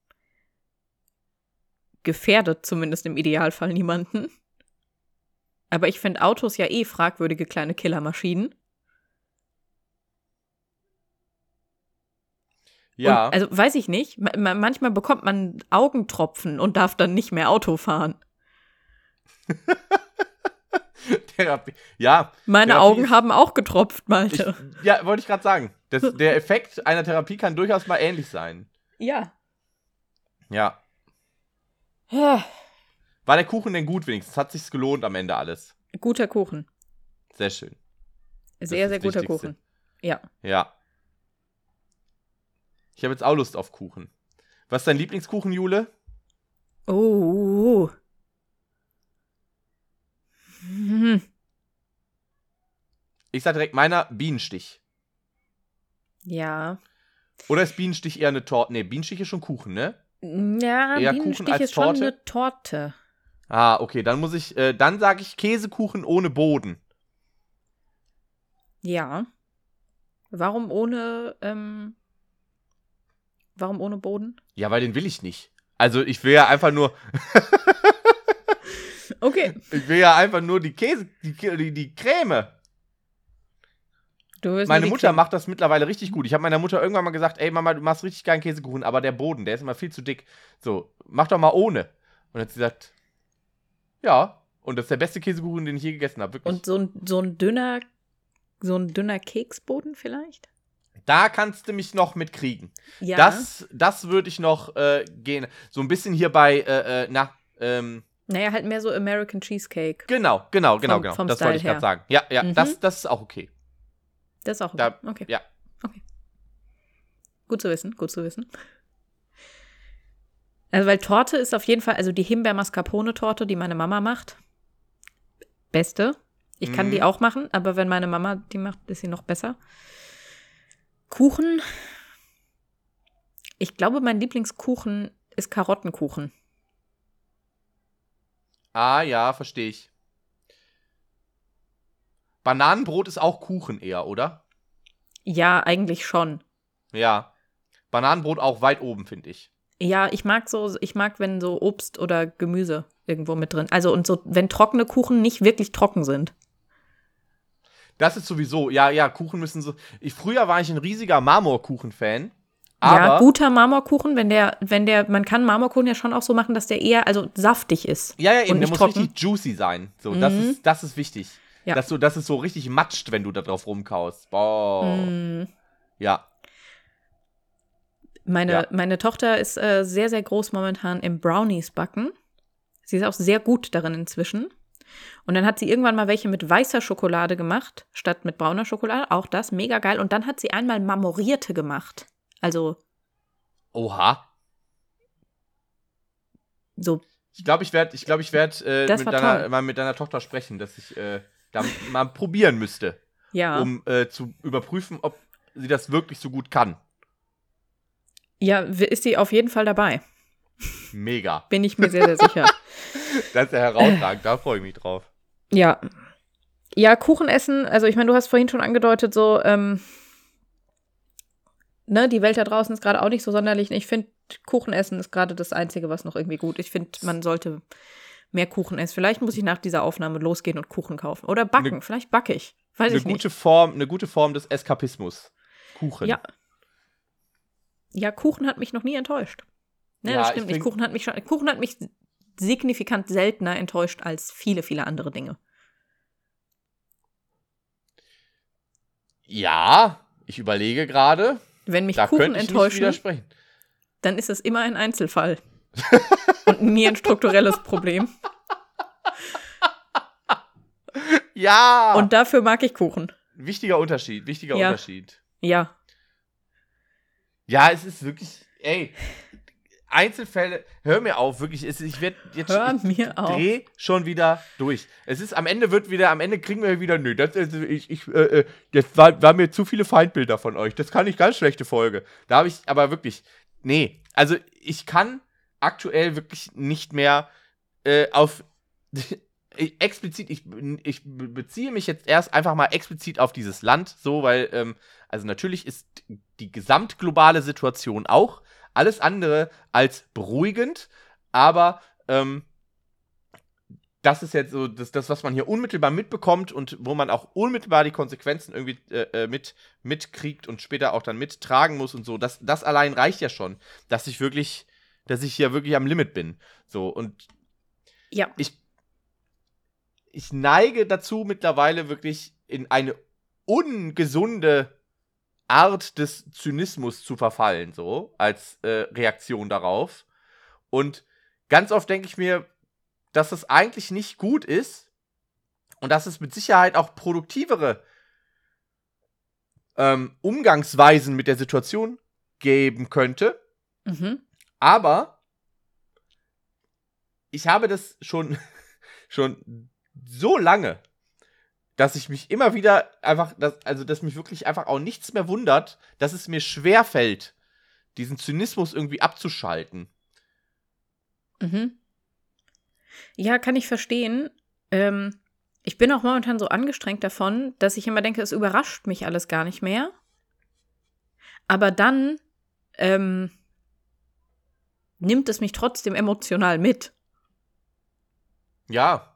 Gefährdet zumindest im Idealfall niemanden. Aber ich finde Autos ja eh fragwürdige kleine Killermaschinen. Ja. Und, also weiß ich nicht. Ma- ma- manchmal bekommt man Augentropfen und darf dann nicht mehr Auto fahren. Therapie. Ja. Meine Therapie Augen ist- haben auch getropft, Ich, Malte. ja, wollte ich gerade sagen. Das, der Effekt einer Therapie kann durchaus mal ähnlich sein. Ja. Ja. Ja. War der Kuchen denn gut wenigstens? Hat sich's gelohnt am Ende alles? Guter Kuchen. Sehr schön. Sehr, ist sehr das guter Wichtigste. Kuchen. Ja. Ja. Ich habe jetzt auch Lust auf Kuchen. Was ist dein Lieblingskuchen, Jule? Oh. Hm. Ich sag direkt meiner Bienenstich. Ja. Oder ist Bienenstich eher eine Torte? Nee, Bienenstich ist schon Kuchen, ne? Ja, Eher Kuchen Bienenstich als ist schon Torte? eine Torte. Ah, okay, dann muss ich, äh, dann sage ich Käsekuchen ohne Boden. Ja. Warum ohne, ähm, warum ohne Boden? Ja, weil den will ich nicht. Also ich will ja einfach nur, Okay. ich will ja einfach nur die Käse, die, die, die Creme. Du willst Meine nur die Mutter Creme. macht das mittlerweile richtig gut. Ich habe meiner Mutter irgendwann mal gesagt, ey Mama, du machst richtig geilen Käsekuchen, aber der Boden, der ist immer viel zu dick. So, mach doch mal ohne. Und dann hat sie gesagt, ja. Und das ist der beste Käsekuchen, den ich je gegessen habe, wirklich. Und so ein, so ein dünner, so ein dünner Keksboden vielleicht? Da kannst du mich noch mitkriegen. Ja. Das, das würde ich noch äh, gehen. So ein bisschen hier bei, äh, äh, na, ähm, Naja, halt mehr so American Cheesecake. genau, genau, genau, Vom- genau. vom Das Style wollte ich her. gerade sagen. Ja, ja, Mhm. das, das ist auch okay. Das ist auch Da, okay. Ja. Okay. Gut zu wissen, gut zu wissen. Also, weil Torte ist auf jeden Fall, also die Himbeer-Mascarpone-Torte, die meine Mama macht, beste. Ich kann Mhm. die auch machen, aber wenn meine Mama die macht, ist sie noch besser. Kuchen. Ich glaube, mein Lieblingskuchen ist Karottenkuchen. Ah, ja, verstehe ich. Bananenbrot ist auch Kuchen eher, oder? Ja, eigentlich schon. Ja. Bananenbrot auch weit oben, finde ich. Ja, ich mag so, ich mag, wenn so Obst oder Gemüse irgendwo mit drin. Also und so, wenn trockene Kuchen nicht wirklich trocken sind. Das ist sowieso, ja, ja, Kuchen müssen so. Ich, früher war ich ein riesiger Marmorkuchen-Fan. Aber, Ja, guter Marmorkuchen, wenn der, wenn der, man kann Marmorkuchen ja schon auch so machen, dass der eher, also saftig ist. ja, ja, eben, und der nicht muss trocken. richtig juicy sein. So, das Mhm. ist, das ist wichtig. Ja. Dass, so, dass es so richtig matscht, wenn du da drauf rumkaust. Boah. Mm. Ja. Meine, Ja. meine Tochter ist äh, sehr, sehr groß momentan im Brownies backen. Sie ist auch sehr gut darin inzwischen. Und dann hat sie irgendwann mal welche mit weißer Schokolade gemacht, statt mit brauner Schokolade. Auch das, mega geil. Und dann hat sie einmal marmorierte gemacht. Also Oha. so, Ich glaube, ich werde ich glaub, ich werd, äh, Das mit, war deiner, toll. mal mit deiner Tochter sprechen, dass ich äh, da mal probieren müsste, ja. um äh, zu überprüfen, ob sie das wirklich so gut kann. Ja, ist sie auf jeden Fall dabei. Mega. Bin ich mir sehr, sehr sicher. Das ist ja herausragend, da freue ich mich drauf. Ja. Ja, Kuchen essen, also ich meine, du hast vorhin schon angedeutet, so, ähm, ne, die Welt da draußen ist gerade auch nicht so sonderlich. Ich finde, Kuchen essen ist gerade das Einzige, was noch irgendwie gut ist. Ich finde, man sollte mehr Kuchen essen. Vielleicht muss ich nach dieser Aufnahme losgehen und Kuchen kaufen. Oder backen, Ne- vielleicht backe ich. Weiß Eine ich nicht. gute Form, eine gute Form des Eskapismus. Kuchen. Ja. Ja, Kuchen hat mich noch nie enttäuscht. Ne, Ja, das ich stimmt nicht. find- Kuchen hat mich schon, Kuchen hat mich signifikant seltener enttäuscht als viele, viele andere Dinge. Ja, ich überlege gerade. Wenn mich Da Kuchen könnte ich nicht enttäuschen, widersprechen. dann ist es immer ein Einzelfall. Und nie ein strukturelles Problem. Ja! Und dafür mag ich Kuchen. Wichtiger Unterschied, wichtiger Ja. Unterschied. Ja. Ja, es ist wirklich, ey, Einzelfälle, hör mir auf, wirklich, es, ich werde jetzt Hör ich mir auf. dreh schon wieder durch. Es ist, am Ende wird wieder, am Ende kriegen wir wieder, nö, das, ist- ich, ich, äh, äh, das war, war mir zu viele Feindbilder von euch, das kann ich ganz schlechte Folge. Da habe ich aber wirklich, nee, also ich kann aktuell wirklich nicht mehr äh, auf, explizit, ich, ich beziehe mich jetzt erst einfach mal explizit auf dieses Land, so, weil, ähm, also natürlich ist die gesamtglobale Situation auch alles andere als beruhigend, aber ähm, das ist jetzt so das, das, was man hier unmittelbar mitbekommt und wo man auch unmittelbar die Konsequenzen irgendwie äh, mit, mitkriegt und später auch dann mittragen muss und so. Das, das allein reicht ja schon, dass ich wirklich, dass ich hier wirklich am Limit bin. So, und Ja. ich, ich neige dazu mittlerweile wirklich in eine ungesunde Art des Zynismus zu verfallen, so, als äh, Reaktion darauf. Und ganz oft denke ich mir, dass es eigentlich nicht gut ist und dass es mit Sicherheit auch produktivere ähm, Umgangsweisen mit der Situation geben könnte. Mhm. Aber ich habe das schon, schon so lange, dass ich mich immer wieder einfach, dass, also dass mich wirklich einfach auch nichts mehr wundert, dass es mir schwerfällt, diesen Zynismus irgendwie abzuschalten. Mhm. Ja, kann ich verstehen. Ähm, ich bin auch momentan so angestrengt davon, dass ich immer denke, es überrascht mich alles gar nicht mehr. Aber dann ähm, nimmt es mich trotzdem emotional mit. Ja.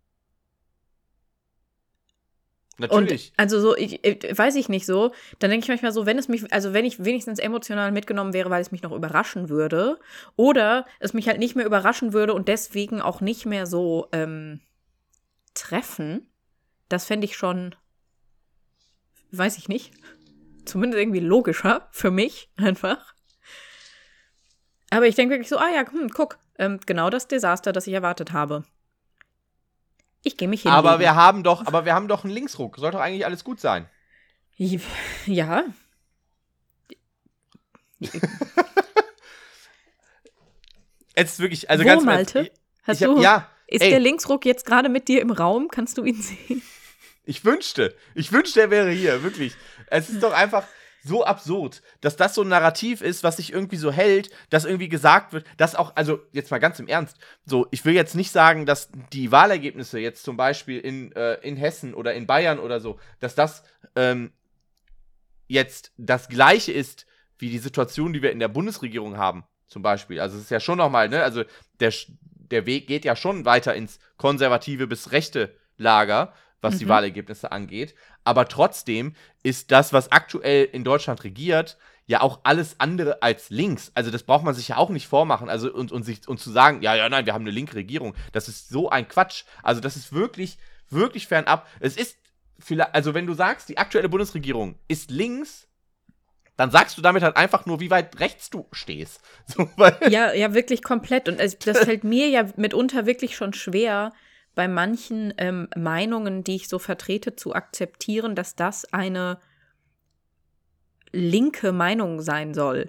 Natürlich. Und also so, ich, ich weiß ich nicht so, dann denke ich manchmal so, wenn es mich, also wenn ich wenigstens emotional mitgenommen wäre, weil es mich noch überraschen würde, oder es mich halt nicht mehr überraschen würde und deswegen auch nicht mehr so ähm, treffen, das fände ich schon, weiß ich nicht, zumindest irgendwie logischer für mich einfach. Aber ich denke wirklich so, ah ja, hm, guck, ähm, genau das Desaster, das ich erwartet habe. Ich gehe mich hinlegen. aber wir haben doch, aber wir haben doch einen Linksruck. Soll doch eigentlich alles gut sein. Ja. Es ist wirklich, also Wo, ganz Malte? Ich, Hast ich hab, du, ja, ist ey, der Linksruck jetzt gerade mit dir im Raum? Kannst du ihn sehen? ich wünschte, ich wünschte, er wäre hier, wirklich. Es ist doch einfach so absurd, dass das so ein Narrativ ist, was sich irgendwie so hält, dass irgendwie gesagt wird, dass auch, also jetzt mal ganz im Ernst, so, ich will jetzt nicht sagen, dass die Wahlergebnisse jetzt zum Beispiel in, äh, in Hessen oder in Bayern oder so, dass das ähm, jetzt das Gleiche ist, wie die Situation, die wir in der Bundesregierung haben, zum Beispiel. Also es ist ja schon nochmal, ne, also der, der Weg geht ja schon weiter ins konservative bis rechte Lager, was Mhm. die Wahlergebnisse angeht. Aber trotzdem ist das, was aktuell in Deutschland regiert, ja auch alles andere als links. Also das braucht man sich ja auch nicht vormachen. Also und, und, sich, und zu sagen, ja, ja, nein, wir haben eine linke Regierung. Das ist so ein Quatsch. Also das ist wirklich, wirklich fernab. Es ist, vielleicht, also wenn du sagst, die aktuelle Bundesregierung ist links, dann sagst du damit halt einfach nur, wie weit rechts du stehst. So, weil ja, ja, wirklich komplett. Und es, das fällt mir ja mitunter wirklich schon schwer, bei manchen ähm, Meinungen, die ich so vertrete, zu akzeptieren, dass das eine linke Meinung sein soll.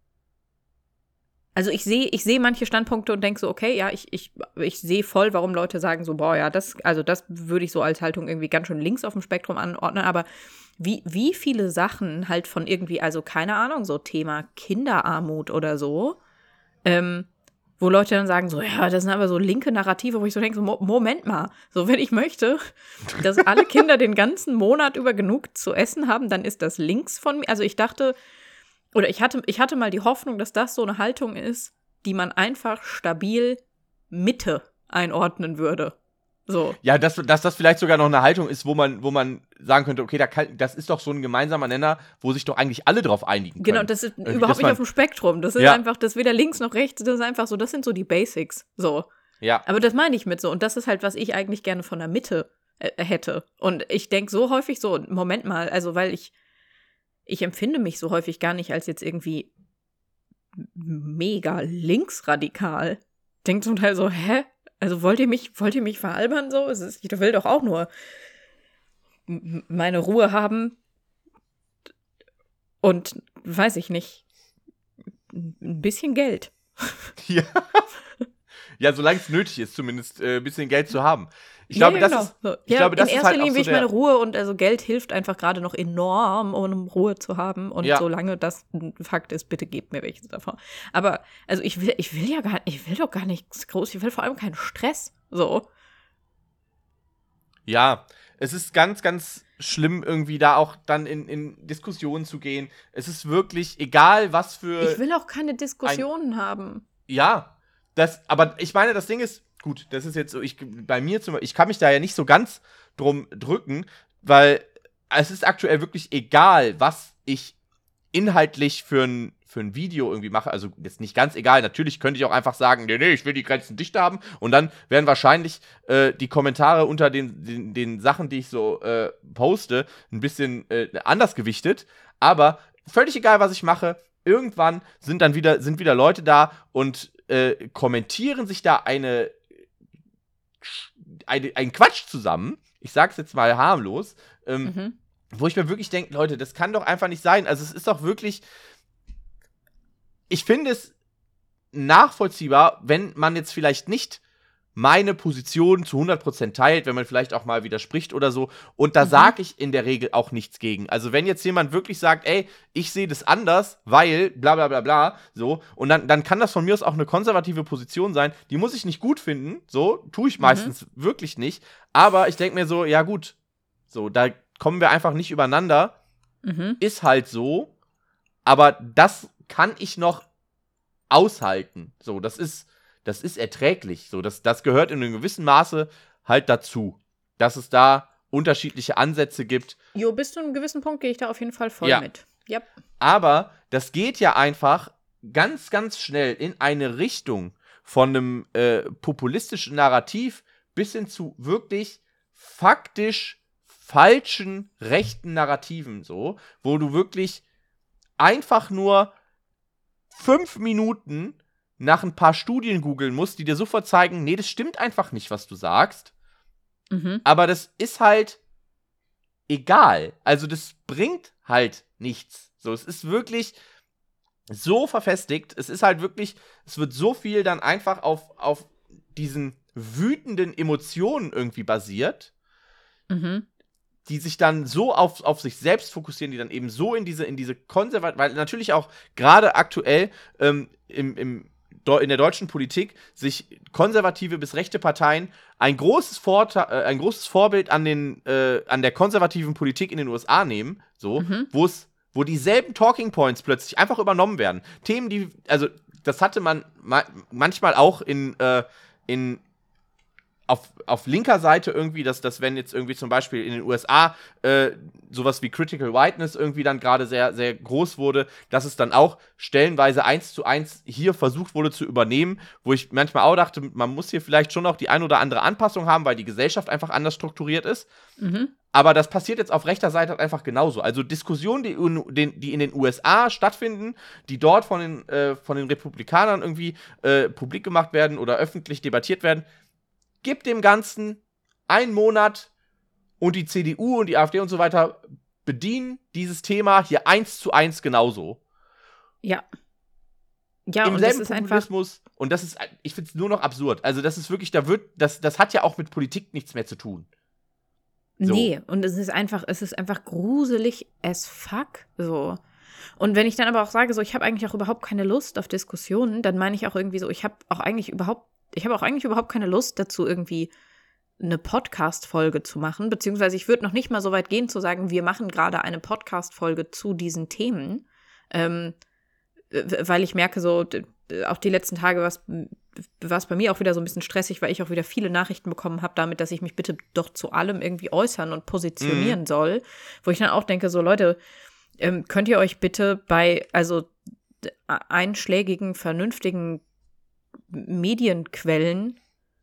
Also ich sehe ich sehe manche Standpunkte und denke so, okay, ja, ich, ich, ich sehe voll, warum Leute sagen so, boah, ja, das, also das würde ich so als Haltung irgendwie ganz schön links auf dem Spektrum anordnen, aber wie, wie viele Sachen halt von irgendwie, also keine Ahnung, so Thema Kinderarmut oder so, ähm, wo Leute dann sagen so, ja, das sind aber so linke Narrative, wo ich so denke, so, Mo- Moment mal, so wenn ich möchte, dass alle Kinder den ganzen Monat über genug zu essen haben, dann ist das links von mir. Also ich dachte, oder ich hatte, ich hatte mal die Hoffnung, dass das so eine Haltung ist, die man einfach stabil Mitte einordnen würde. So. Ja, dass, dass das vielleicht sogar noch eine Haltung ist, wo man, wo man sagen könnte, okay, da kann, das ist doch so ein gemeinsamer Nenner, wo sich doch eigentlich alle drauf einigen können. Genau, das ist Irgendwie, überhaupt dass nicht man, auf dem Spektrum. Das ist ja. einfach, das ist weder links noch rechts, das ist einfach so, das sind so die Basics. So. Ja. Aber das meine ich mit so. Und das ist halt, was ich eigentlich gerne von der Mitte äh, hätte. Und ich denke so häufig so, Moment mal, also weil ich, ich empfinde mich so häufig gar nicht als jetzt irgendwie mega linksradikal. Denkt zum Teil so, hä? Also wollt ihr mich, wollt ihr mich veralbern so? Es ist, ich will doch auch nur m- meine Ruhe haben und, weiß ich nicht, ein bisschen Geld. Ja, ja, solange es nötig ist, zumindest äh, ein bisschen Geld zu haben. Ich Ja, glaube, ja, das genau. ist, So. ich Ja, glaube, das in ist erster halt auch Linie so will ich der, meine Ruhe und also Geld hilft einfach gerade noch enorm, um Ruhe zu haben. Und Ja. solange das ein Fakt ist, bitte gebt mir welches davon. Aber also ich will, ich will ja gar, ich will doch gar nichts groß. Ich will vor allem keinen Stress. So. Ja, es ist ganz, ganz schlimm, irgendwie da auch dann in, in Diskussionen zu gehen. Es ist wirklich egal, was für. Ich will auch keine Diskussionen haben. Ja, das, aber ich meine, das Ding ist, gut, das ist jetzt so, ich, bei mir zum ich kann mich da ja nicht so ganz drum drücken, weil es ist aktuell wirklich egal, was ich inhaltlich für ein, für ein Video irgendwie mache. Also jetzt nicht ganz egal, natürlich könnte ich auch einfach sagen, nee, nee, ich will die Grenzen dicht haben und dann werden wahrscheinlich äh, die Kommentare unter den, den, den Sachen, die ich so äh, poste, ein bisschen äh, anders gewichtet, aber völlig egal, was ich mache, irgendwann sind dann wieder, sind wieder Leute da und äh, kommentieren sich da eine, eine, einen Quatsch zusammen. Ich sag's jetzt mal harmlos. Ähm, Mhm. Wo ich mir wirklich denke, Leute, das kann doch einfach nicht sein. Also es ist doch wirklich, ich finde es nachvollziehbar, wenn man jetzt vielleicht nicht meine Position zu hundert Prozent teilt, wenn man vielleicht auch mal widerspricht oder so. Und da Mhm. sage ich in der Regel auch nichts gegen. Also wenn jetzt jemand wirklich sagt, ey, ich sehe das anders, weil bla bla bla bla, so, und dann, dann kann das von mir aus auch eine konservative Position sein, die muss ich nicht gut finden, so, tue ich meistens mhm. wirklich nicht. Aber ich denke mir so, ja gut, so, da kommen wir einfach nicht übereinander. Mhm. Ist halt so, aber das kann ich noch aushalten. So, das ist Das ist erträglich. So, das, das gehört in einem gewissen Maße halt dazu, dass es da unterschiedliche Ansätze gibt. Jo, bis zu einem gewissen Punkt gehe ich da auf jeden Fall voll Ja. mit. Yep. Aber das geht ja einfach ganz, ganz schnell in eine Richtung von einem äh, populistischen Narrativ bis hin zu wirklich faktisch falschen rechten Narrativen, so, wo du wirklich einfach nur fünf Minuten nach ein paar Studien googeln musst, die dir sofort zeigen, nee, das stimmt einfach nicht, was du sagst. Mhm. Aber das ist halt egal. Also das bringt halt nichts. So, es ist wirklich so verfestigt. Es ist halt wirklich, es wird so viel dann einfach auf, auf diesen wütenden Emotionen irgendwie basiert, Mhm. die sich dann so auf, auf sich selbst fokussieren, die dann eben so in diese, in diese konservative, weil natürlich auch gerade aktuell ähm, im, im in der deutschen Politik sich konservative bis rechte Parteien ein großes, Vorta- äh, ein großes Vorbild an, den, äh, an der konservativen Politik in den U S A nehmen, so, Mhm. wo es, wo dieselben Talking Points plötzlich einfach übernommen werden. Themen, die, also das hatte man ma- manchmal auch in, äh, in auf, auf linker Seite irgendwie, dass, dass wenn jetzt irgendwie zum Beispiel in den U S A äh, sowas wie Critical Whiteness irgendwie dann gerade sehr, sehr groß wurde, dass es dann auch stellenweise eins zu eins hier versucht wurde zu übernehmen, wo ich manchmal auch dachte, man muss hier vielleicht schon noch die ein oder andere Anpassung haben, weil die Gesellschaft einfach anders strukturiert ist. Mhm. Aber das passiert jetzt auf rechter Seite halt einfach genauso. Also Diskussionen, die, die in den U S A stattfinden, die dort von den, äh, von den Republikanern irgendwie äh, publik gemacht werden oder öffentlich debattiert werden, gibt dem Ganzen einen Monat und die C D U und die AfD und so weiter bedienen dieses Thema hier eins zu eins genauso. Ja. Ja, Im und selben das ist Populismus. einfach Und das ist, ich finde es nur noch absurd. Also das ist wirklich, da wird, das, das hat ja auch mit Politik nichts mehr zu tun. So. Nee, und es ist einfach, es ist einfach gruselig as fuck, so. Und wenn ich dann aber auch sage, so, ich habe eigentlich auch überhaupt keine Lust auf Diskussionen, dann meine ich auch irgendwie so, ich habe auch eigentlich überhaupt, ich habe auch eigentlich überhaupt keine Lust dazu, irgendwie eine Podcast-Folge zu machen, beziehungsweise ich würde noch nicht mal so weit gehen zu sagen, wir machen gerade eine Podcast-Folge zu diesen Themen, ähm, weil ich merke so, auch die letzten Tage war es bei mir auch wieder so ein bisschen stressig, weil ich auch wieder viele Nachrichten bekommen habe damit, dass ich mich bitte doch zu allem irgendwie äußern und positionieren mhm. soll, wo ich dann auch denke, so Leute, ähm, könnt ihr euch bitte bei, also einschlägigen, vernünftigen Medienquellen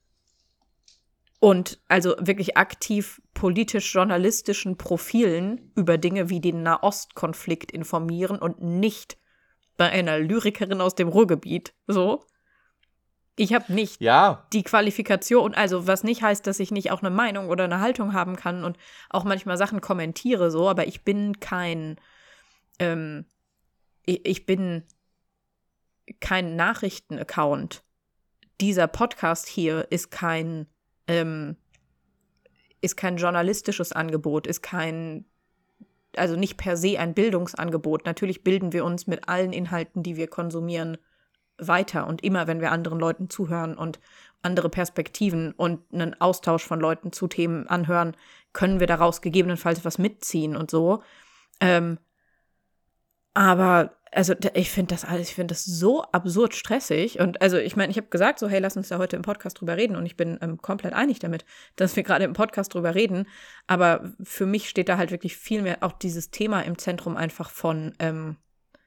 und also wirklich aktiv politisch-journalistischen Profilen über Dinge wie den Nahostkonflikt informieren und nicht bei einer Lyrikerin aus dem Ruhrgebiet, so. Ich habe nicht ja. die Qualifikation, also was nicht heißt, dass ich nicht auch eine Meinung oder eine Haltung haben kann und auch manchmal Sachen kommentiere, so, aber ich bin kein, ähm, ich, ich bin kein Nachrichtenaccount. Dieser Podcast hier ist kein, ähm, ist kein journalistisches Angebot, ist kein also nicht per se ein Bildungsangebot. Natürlich bilden wir uns mit allen Inhalten, die wir konsumieren, weiter. Und immer, wenn wir anderen Leuten zuhören und andere Perspektiven und einen Austausch von Leuten zu Themen anhören, können wir daraus gegebenenfalls was mitziehen und so. Ähm, aber also ich finde das alles, ich finde das so absurd stressig. Und also ich meine, ich habe gesagt so, hey, lass uns da heute im Podcast drüber reden. Und ich bin ähm, komplett einig damit, dass wir gerade im Podcast drüber reden. Aber für mich steht da halt wirklich viel mehr auch dieses Thema im Zentrum einfach von ähm,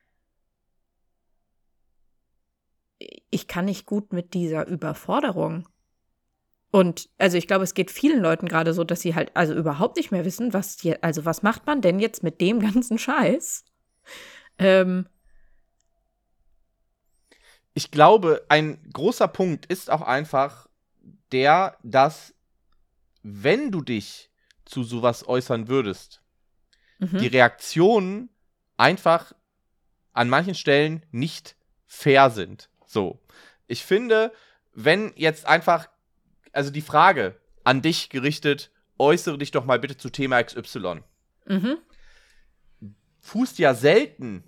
ich kann nicht gut mit dieser Überforderung. Und also ich glaube, es geht vielen Leuten gerade so, dass sie halt also überhaupt nicht mehr wissen, was hier, also was macht man denn jetzt mit dem ganzen Scheiß? Ähm, Ich glaube, ein großer Punkt ist auch einfach der, dass, wenn du dich zu sowas äußern würdest, mhm. die Reaktionen einfach an manchen Stellen nicht fair sind. So. Ich finde, wenn jetzt einfach, also die Frage an dich gerichtet, äußere dich doch mal bitte zu Thema X Y. Mhm. Fußt ja selten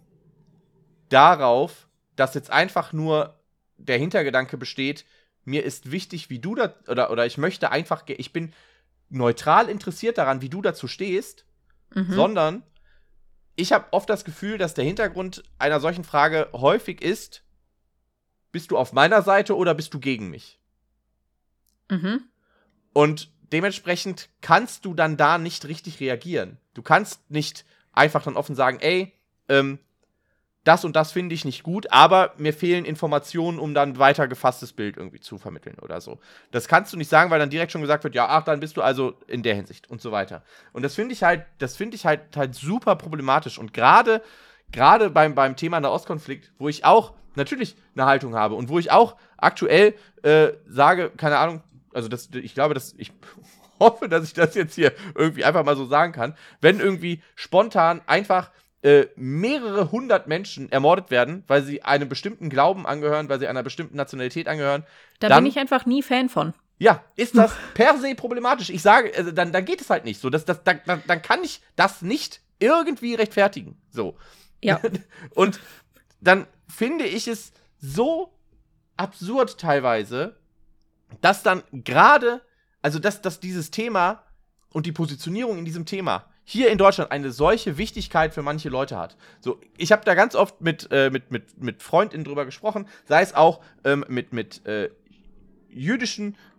darauf, dass jetzt einfach nur der Hintergedanke besteht, mir ist wichtig, wie du da, oder, oder ich möchte einfach, ich bin neutral interessiert daran, wie du dazu stehst, mhm. sondern ich habe oft das Gefühl, dass der Hintergrund einer solchen Frage häufig ist, bist du auf meiner Seite oder bist du gegen mich? Mhm. Und dementsprechend kannst du dann da nicht richtig reagieren. Du kannst nicht einfach dann offen sagen, ey, ähm, das und das finde ich nicht gut, aber mir fehlen Informationen, um dann weiter gefasstes Bild irgendwie zu vermitteln oder so. Das kannst du nicht sagen, weil dann direkt schon gesagt wird, ja, ach, dann bist du also in der Hinsicht und so weiter. Und das finde ich halt, das finde ich halt halt super problematisch. Und gerade gerade beim, beim Thema Nahostkonflikt, wo ich auch natürlich eine Haltung habe und wo ich auch aktuell äh, sage, keine Ahnung, also das, ich glaube, dass ich hoffe, dass ich das jetzt hier irgendwie einfach mal so sagen kann, wenn irgendwie spontan einfach Äh, mehrere hundert Menschen ermordet werden, weil sie einem bestimmten Glauben angehören, weil sie einer bestimmten Nationalität angehören. Da dann, bin ich einfach nie Fan von. Ja, ist das per se problematisch. Ich sage, also dann, dann geht es halt nicht so. Das, das, dann, dann kann ich das nicht irgendwie rechtfertigen. So. Ja. Und dann finde ich es so absurd teilweise, dass dann gerade, also dass, dass dieses Thema und die Positionierung in diesem Thema hier in Deutschland eine solche Wichtigkeit für manche Leute hat. So, ich habe da ganz oft mit, äh, mit, mit, mit FreundInnen drüber gesprochen, sei es auch ähm, mit, mit äh, jüdischen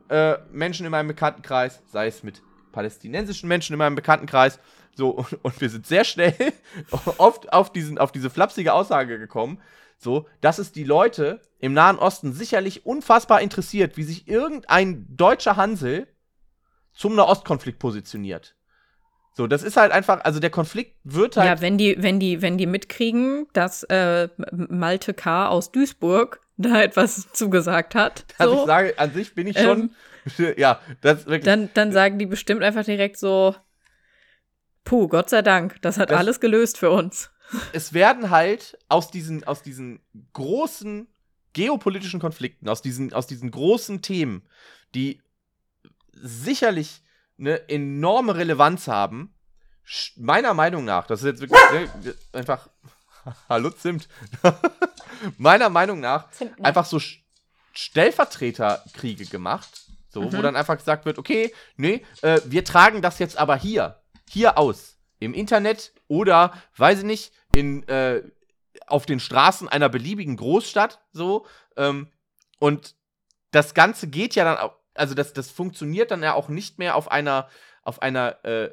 äh, Menschen in meinem Bekanntenkreis, sei es mit palästinensischen Menschen in meinem Bekanntenkreis, so, und, und wir sind sehr schnell oft auf, diesen, auf diese flapsige Aussage gekommen, so, dass es die Leute im Nahen Osten sicherlich unfassbar interessiert, wie sich irgendein deutscher Hansel zum Nahostkonflikt positioniert. So, das ist halt einfach, also der Konflikt wird halt. Ja, wenn die, wenn die, wenn die mitkriegen, dass äh, Malte K. aus Duisburg da etwas zugesagt hat. Also so, ich sage, an sich bin ich schon, ähm, ja, das wirklich. Dann, dann sagen die bestimmt einfach direkt so, puh, Gott sei Dank, das hat das, alles gelöst für uns. Es werden halt aus diesen, aus diesen großen geopolitischen Konflikten, aus diesen, aus diesen großen Themen, die sicherlich eine enorme Relevanz haben, meiner Meinung nach, das ist jetzt wirklich ne, einfach, hallo Zimt, meiner Meinung nach Zimt, ne? einfach so Stellvertreterkriege gemacht, so, mhm. wo dann einfach gesagt wird, okay, nee, äh, wir tragen das jetzt aber hier, hier aus, im Internet oder, weiß ich nicht, in, äh, auf den Straßen einer beliebigen Großstadt, so, ähm, und das Ganze geht ja dann auch, also das, das funktioniert dann ja auch nicht mehr auf einer, auf einer äh,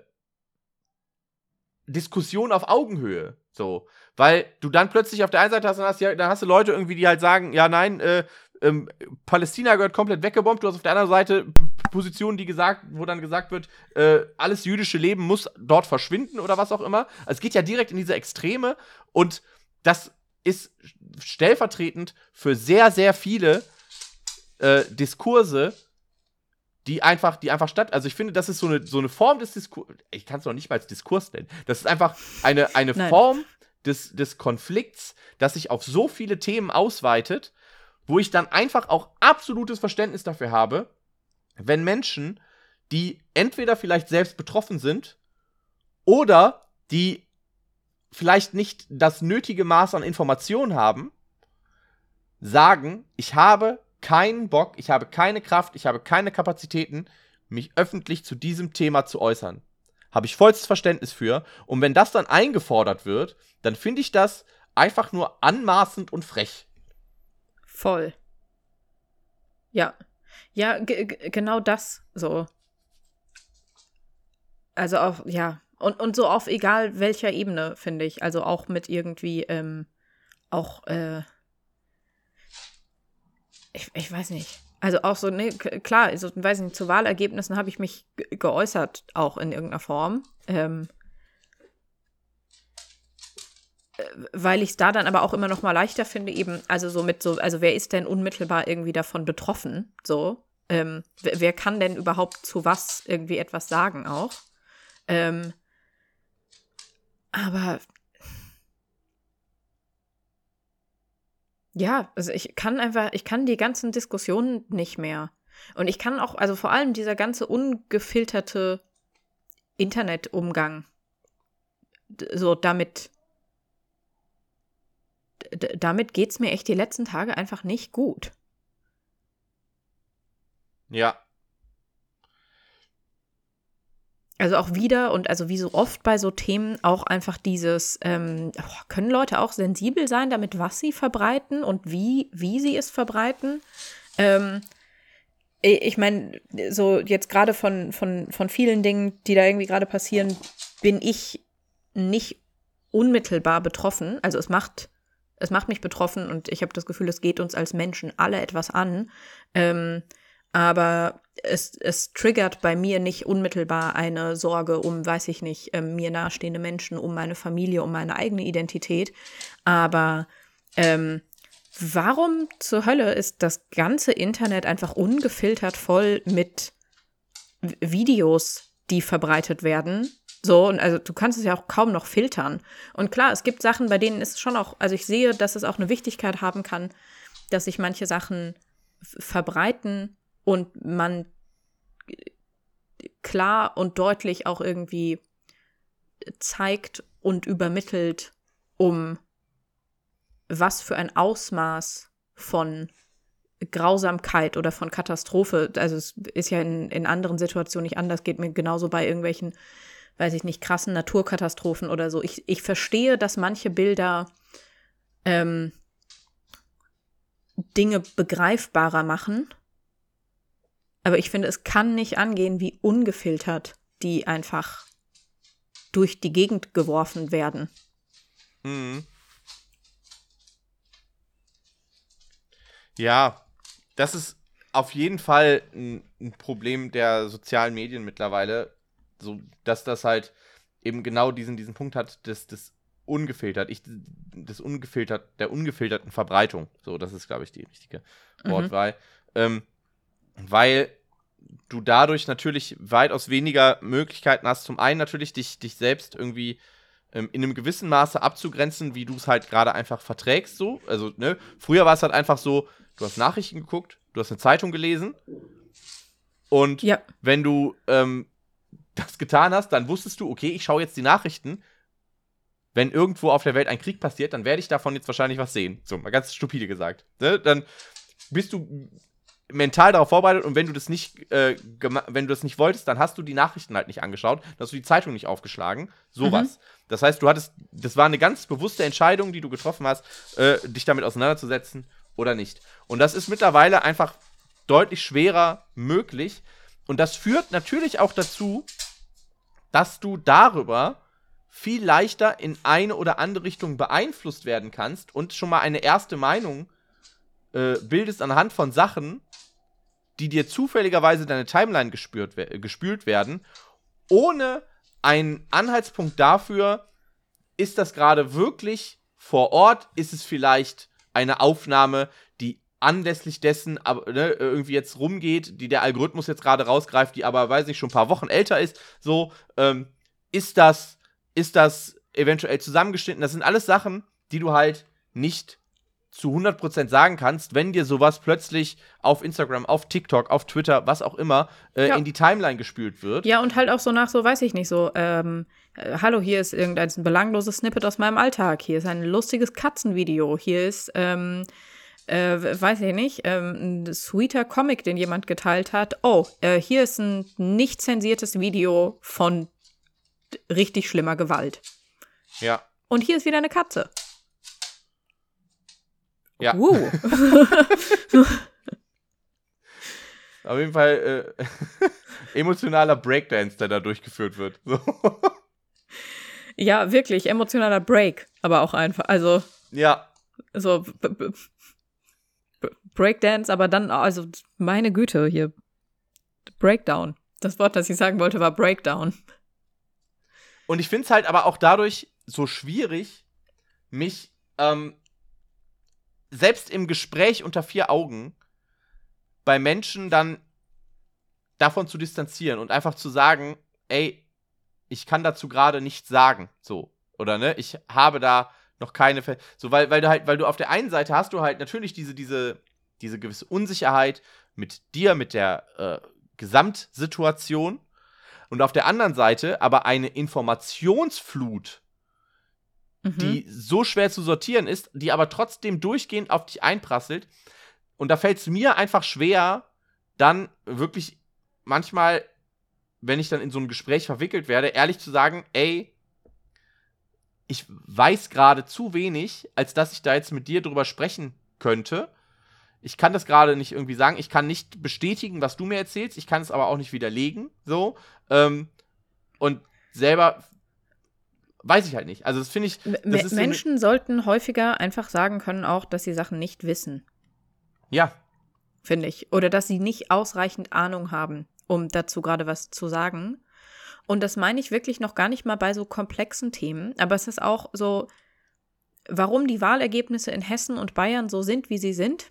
Diskussion auf Augenhöhe. So. Weil du dann plötzlich auf der einen Seite hast, dann hast, ja, dann hast du Leute irgendwie, die halt sagen, ja, nein, äh, ähm, Palästina gehört komplett weggebombt. Du hast auf der anderen Seite Positionen, die gesagt, wo dann gesagt wird, äh, alles jüdische Leben muss dort verschwinden oder was auch immer. Also es geht ja direkt in diese Extreme und das ist stellvertretend für sehr, sehr viele äh, Diskurse, die einfach, die einfach statt, also ich finde, das ist so eine, so eine Form des Diskurs, ich kann es noch nicht mal als Diskurs nennen, das ist einfach eine, eine Form des, des Konflikts, das sich auf so viele Themen ausweitet, wo ich dann einfach auch absolutes Verständnis dafür habe, wenn Menschen, die entweder vielleicht selbst betroffen sind oder die vielleicht nicht das nötige Maß an Information haben, sagen, ich habe keinen Bock, ich habe keine Kraft, ich habe keine Kapazitäten, mich öffentlich zu diesem Thema zu äußern. Habe ich vollstes Verständnis für. Und wenn das dann eingefordert wird, dann finde ich das einfach nur anmaßend und frech. Voll. Ja. Ja, g- g- genau das so. Also auch, ja. Und, und so auf egal welcher Ebene, finde ich. Also auch mit irgendwie, ähm, auch, äh, Ich, ich weiß nicht. Also auch so, ne, klar, also, weiß nicht, zu Wahlergebnissen habe ich mich ge- geäußert, auch in irgendeiner Form. Ähm, äh, weil ich es da dann aber auch immer noch mal leichter finde, eben, also so mit so, also wer ist denn unmittelbar irgendwie davon betroffen? So, ähm, wer, wer kann denn überhaupt zu was irgendwie etwas sagen auch? Ähm, aber ja, also ich kann einfach, ich kann die ganzen Diskussionen nicht mehr. Und ich kann auch, also vor allem dieser ganze ungefilterte Internetumgang, d- so damit, d- damit geht's mir echt die letzten Tage einfach nicht gut. Ja. Also auch wieder und also wie so oft bei so Themen auch einfach dieses, ähm, oh, können Leute auch sensibel sein damit, was sie verbreiten und wie, wie sie es verbreiten? Ähm, ich meine, so jetzt gerade von, von, von vielen Dingen, die da irgendwie gerade passieren, bin ich nicht unmittelbar betroffen. Also es macht, es macht mich betroffen und ich habe das Gefühl, es geht uns als Menschen alle etwas an. Ähm, aber es, es triggert bei mir nicht unmittelbar eine Sorge um, weiß ich nicht, ähm, mir nahestehende Menschen, um meine Familie, um meine eigene Identität. Aber ähm, warum zur Hölle ist das ganze Internet einfach ungefiltert voll mit V- Videos, die verbreitet werden? So, und also du kannst es ja auch kaum noch filtern. Und klar, es gibt Sachen, bei denen ist es schon auch, also ich sehe, dass es auch eine Wichtigkeit haben kann, dass sich manche Sachen f- verbreiten und man klar und deutlich auch irgendwie zeigt und übermittelt, um was für ein Ausmaß von Grausamkeit oder von Katastrophe, also es ist ja in, in anderen Situationen nicht anders, geht mir genauso bei irgendwelchen, weiß ich nicht, krassen Naturkatastrophen oder so. Ich, ich verstehe, dass manche Bilder ähm, Dinge begreifbarer machen. Aber ich finde, es kann nicht angehen, wie ungefiltert die einfach durch die Gegend geworfen werden. Mhm. Ja, das ist auf jeden Fall ein, ein Problem der sozialen Medien mittlerweile, so dass das halt eben genau diesen, diesen Punkt hat, des, des ungefiltert, ich, des ungefiltert, der ungefilterten Verbreitung. So, das ist, glaube ich, die richtige Mhm. Wortwahl. Ähm, weil du dadurch natürlich weitaus weniger Möglichkeiten hast, zum einen natürlich dich, dich selbst irgendwie ähm, in einem gewissen Maße abzugrenzen, wie du es halt gerade einfach verträgst, so. Also, ne, früher war es halt einfach so, du hast Nachrichten geguckt, du hast eine Zeitung gelesen und Ja. wenn du ähm, das getan hast, dann wusstest du, okay, ich schaue jetzt die Nachrichten. Wenn irgendwo auf der Welt ein Krieg passiert, dann werde ich davon jetzt wahrscheinlich was sehen. So, mal ganz stupide gesagt. Ne? Dann bist du mental darauf vorbereitet und wenn du das nicht, äh, gema- wenn du das nicht wolltest, dann hast du die Nachrichten halt nicht angeschaut, dann hast du die Zeitung nicht aufgeschlagen. Sowas. Mhm. Das heißt, du hattest, das war eine ganz bewusste Entscheidung, die du getroffen hast, äh, dich damit auseinanderzusetzen oder nicht. Und das ist mittlerweile einfach deutlich schwerer möglich. Und das führt natürlich auch dazu, dass du darüber viel leichter in eine oder andere Richtung beeinflusst werden kannst und schon mal eine erste Meinung äh, bildest anhand von Sachen, die dir zufälligerweise deine Timeline gespürt, äh, gespült werden, ohne einen Anhaltspunkt dafür, ist das gerade wirklich vor Ort, ist es vielleicht eine Aufnahme, die anlässlich dessen aber, ne, irgendwie jetzt rumgeht, die der Algorithmus jetzt gerade rausgreift, die aber, weiß nicht, schon ein paar Wochen älter ist, so, ähm, ist das Ist das eventuell zusammengeschnitten? Das sind alles Sachen, die du halt nicht zu hundert Prozent sagen kannst, wenn dir sowas plötzlich auf Instagram, auf TikTok, auf Twitter, was auch immer, äh, Ja. in die Timeline gespült wird. Ja, und halt auch so nach, so weiß ich nicht, so, ähm, äh, hallo, hier ist irgendein belangloses Snippet aus meinem Alltag, hier ist ein lustiges Katzenvideo, hier ist, ähm, äh, weiß ich nicht, ähm, ein sweeter Comic, den jemand geteilt hat. Oh, äh, hier ist ein nicht zensiertes Video von richtig schlimmer Gewalt. Ja. Und hier ist wieder eine Katze. Ja. Uh. Auf jeden Fall äh, emotionaler Breakdance, der da durchgeführt wird. So. Ja, wirklich, emotionaler Break, aber auch einfach, also Ja. so b- b- b- Breakdance, aber dann, also meine Güte, hier Breakdown. Das Wort, das ich sagen wollte, war Breakdown. Und ich finde es halt aber auch dadurch so schwierig, mich ähm, selbst im Gespräch unter vier Augen bei Menschen dann davon zu distanzieren und einfach zu sagen, ey, ich kann dazu gerade nichts sagen, so, oder ne, ich habe da noch keine, Ver- so, weil, weil du halt, weil du auf der einen Seite hast du halt natürlich diese, diese, diese gewisse Unsicherheit mit dir, mit der äh, Gesamtsituation und auf der anderen Seite aber eine Informationsflut, Mhm. die so schwer zu sortieren ist, die aber trotzdem durchgehend auf dich einprasselt. Und da fällt es mir einfach schwer, dann wirklich manchmal, wenn ich dann in so ein Gespräch verwickelt werde, ehrlich zu sagen, ey, ich weiß gerade zu wenig, als dass ich da jetzt mit dir drüber sprechen könnte. Ich kann das gerade nicht irgendwie sagen. Ich kann nicht bestätigen, was du mir erzählst. Ich kann es aber auch nicht widerlegen. So. Ähm, und selber weiß ich halt nicht. Also das finde ich, das M- ist so eine- Menschen sollten häufiger einfach sagen können auch, dass sie Sachen nicht wissen, Ja, finde ich. Oder dass sie nicht ausreichend Ahnung haben, um dazu gerade was zu sagen. Und das meine ich wirklich noch gar nicht mal bei so komplexen Themen. Aber es ist auch so, warum die Wahlergebnisse in Hessen und Bayern so sind, wie sie sind.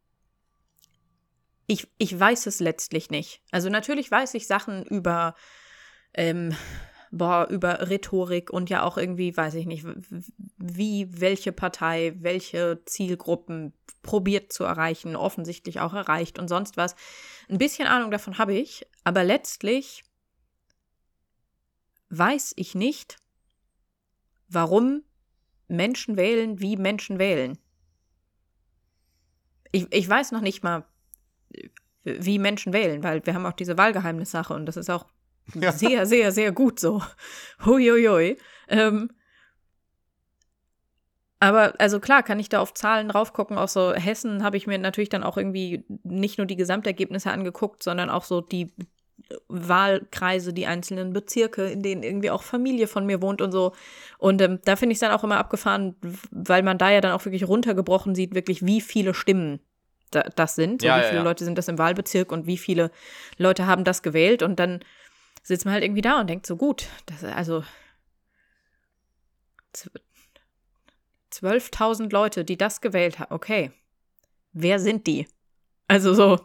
Ich, ich weiß es letztlich nicht. Also natürlich weiß ich Sachen über, ähm, boah, über Rhetorik und ja auch irgendwie, weiß ich nicht, w- wie welche Partei welche Zielgruppen probiert zu erreichen, offensichtlich auch erreicht und sonst was. Ein bisschen Ahnung davon habe ich, aber letztlich weiß ich nicht, warum Menschen wählen, wie Menschen wählen. Ich, ich weiß noch nicht mal, wie Menschen wählen, weil wir haben auch diese Wahlgeheimnissache und das ist auch Ja. sehr, sehr, sehr gut so. Huiuiui. Ähm, Aber, also klar, kann ich da auf Zahlen drauf gucken. Auch so Hessen habe ich mir natürlich dann auch irgendwie nicht nur die Gesamtergebnisse angeguckt, sondern auch so die Wahlkreise, die einzelnen Bezirke, in denen irgendwie auch Familie von mir wohnt und so. Und ähm, da finde ich es dann auch immer abgefahren, weil man da ja dann auch wirklich runtergebrochen sieht, wirklich wie viele Stimmen da, das sind. So, Ja, wie ja, viele ja. Leute sind das im Wahlbezirk und wie viele Leute haben das gewählt. Und dann sitzt man halt irgendwie da und denkt so, gut, das, also zwölftausend Leute, die das gewählt haben. Okay, wer sind die? Also so,